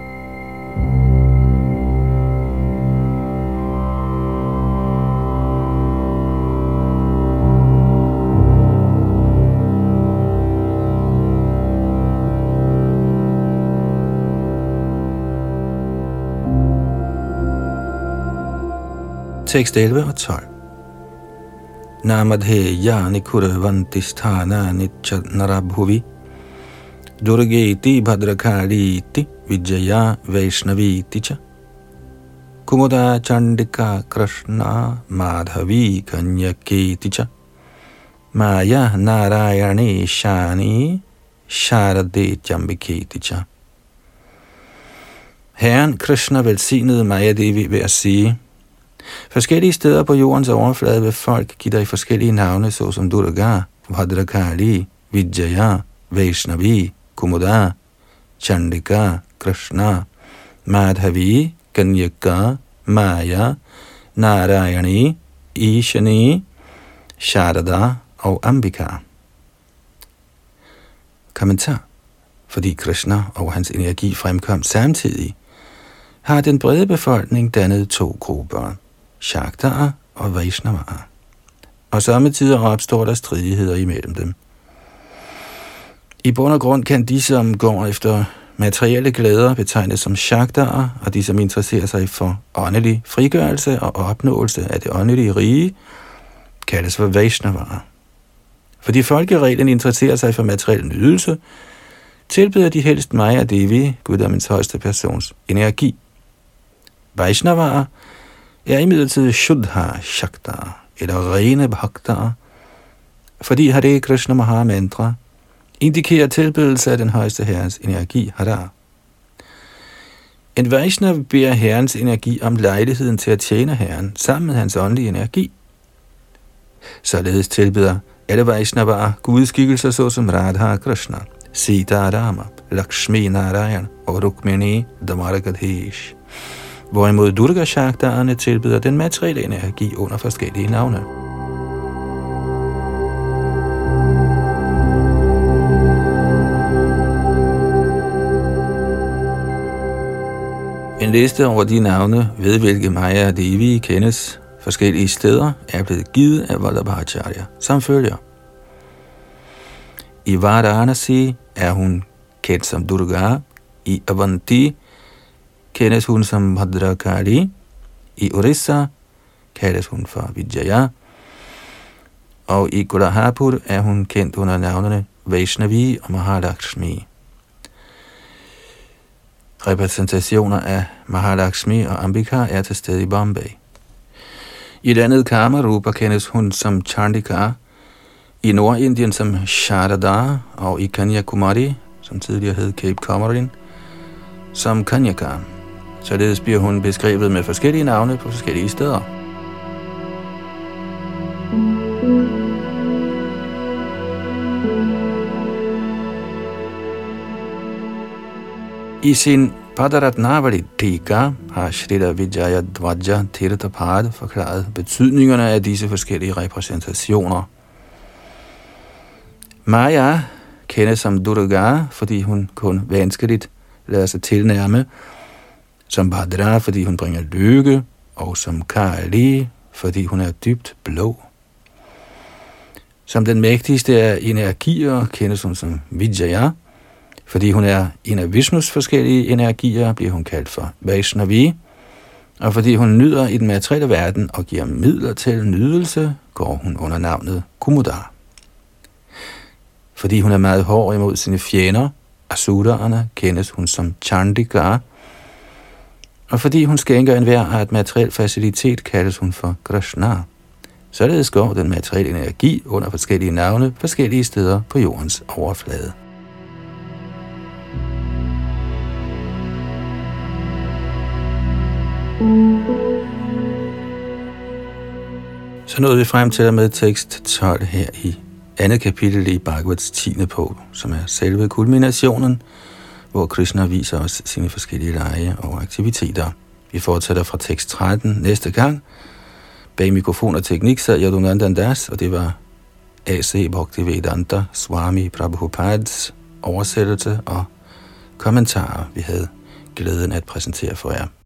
Tekst elleve og tolv. Namadhe yani kuravantistana nitchat narabhuvi durgeti bhadrakaliti vijaya vaishnaviti cha kumoda chandika krishna madhavi kanyaketi cha maya narayane shani sharade jambiketi cha. Herren Krishna velsignede Maya Devi ved at sige: forskellige steder på jordens overflade vil folk give dig forskellige navne, såsom Durga, Bhadrakali, Vijaya, Vaishnavi, Kumoda, Chandika, Krishna, Madhavi, Kanyaka, Maya, Narayani, Ishani, Sharada og Ambika. Kommentar. Fordi Krishna og hans energi fremkom samtidig, har den brede befolkning dannet to grupper, Shaktaer og Vaishnavaer. Og samtidig opstår der stridigheder imellem dem. I bund og grund kan de, som går efter materielle glæder, betegnes som Shaktaer, og de, som interesserer sig for åndelig frigørelse og opnåelse af det åndelige rige, kaldes for Vaishnavaer. Fordi folkereglen interesserer sig for materiel nydelse, tilbeder de helst Maya Devi, guddommens højeste persons energi. Vaishnavaer er imidlertid Shuddha Shaktaer, eller rene bhaktaer, fordi Hare Krishna Maha Mantra indikerer tilbedelse af den højeste herres energi, Hara. En Vaishnav beder herrens energi om lejligheden til at tjene herren sammen med hans åndelige energi. Således tilbeder alle Vaishnavaer gudskikkelser såsom Radha Krishna, Sita Rama, Lakshmi Narayan og Rukmini Dhamaragadhesh, hvorimod Durga Shaktaerne tilbyder den materielle energi under forskellige navne. En liste over de navne, ved hvilke Maya Devi kendes forskellige steder, er blevet givet af Vallabhacharya, som følger. I Varanasi er hun kendt som Durga, i Avanti kendes hun som Bhadrakali, i Orissa kaldes hun for Vijaya, og i Kolhapur er hun kendt under navnene Vaishnavi og Mahalakshmi. Repræsentationer af Mahalakshmi og Ambika er til stede i Bombay. I landet Kamarupa kendes hun som Chandika, i Nordindien som Sharada og i Kanyakumari, som tidligere hed Cape Comorin, som Kanyaka. Således bliver hun beskrevet med forskellige navne på forskellige steder. I sin Padaratnavali Tika har Shrila Vijaya Dvaja Tirthapad forklaret betydningerne af disse forskellige repræsentationer. Maya kendes som Durga, fordi hun kun vanskeligt lader sig tilnærme, som Bhadra, fordi hun bringer lykke, og som Kali, fordi hun er dybt blå. Som den mægtigste af energier kendes hun som Vijaya, fordi hun er en af Vishnus forskellige energier, bliver hun kaldt for Vaishnavi, og fordi hun nyder i den materielle verden og giver midler til nydelse, går hun under navnet Kumoda. Fordi hun er meget hård imod sine fjender, asuraerne, kendes hun som Chandika, og fordi hun skænker enhver art materiel facilitet, kaldes hun for Krishna. Således går den materielle energi under forskellige navne forskellige steder på jordens overflade. Så nåede vi frem til at med tekst tolv her i andet kapitel i Bhagavats tiende bog, som er selve kulminationen, hvor Krishna viser os sine forskellige lege og aktiviteter. Vi fortsætter fra tekst tretten næste gang. Bag mikrofon og teknik sad Yadunandan Das, og det var A C Bhaktivedanta Swami Prabhupads oversættelse og kommentarer, vi havde glæden at præsentere for jer.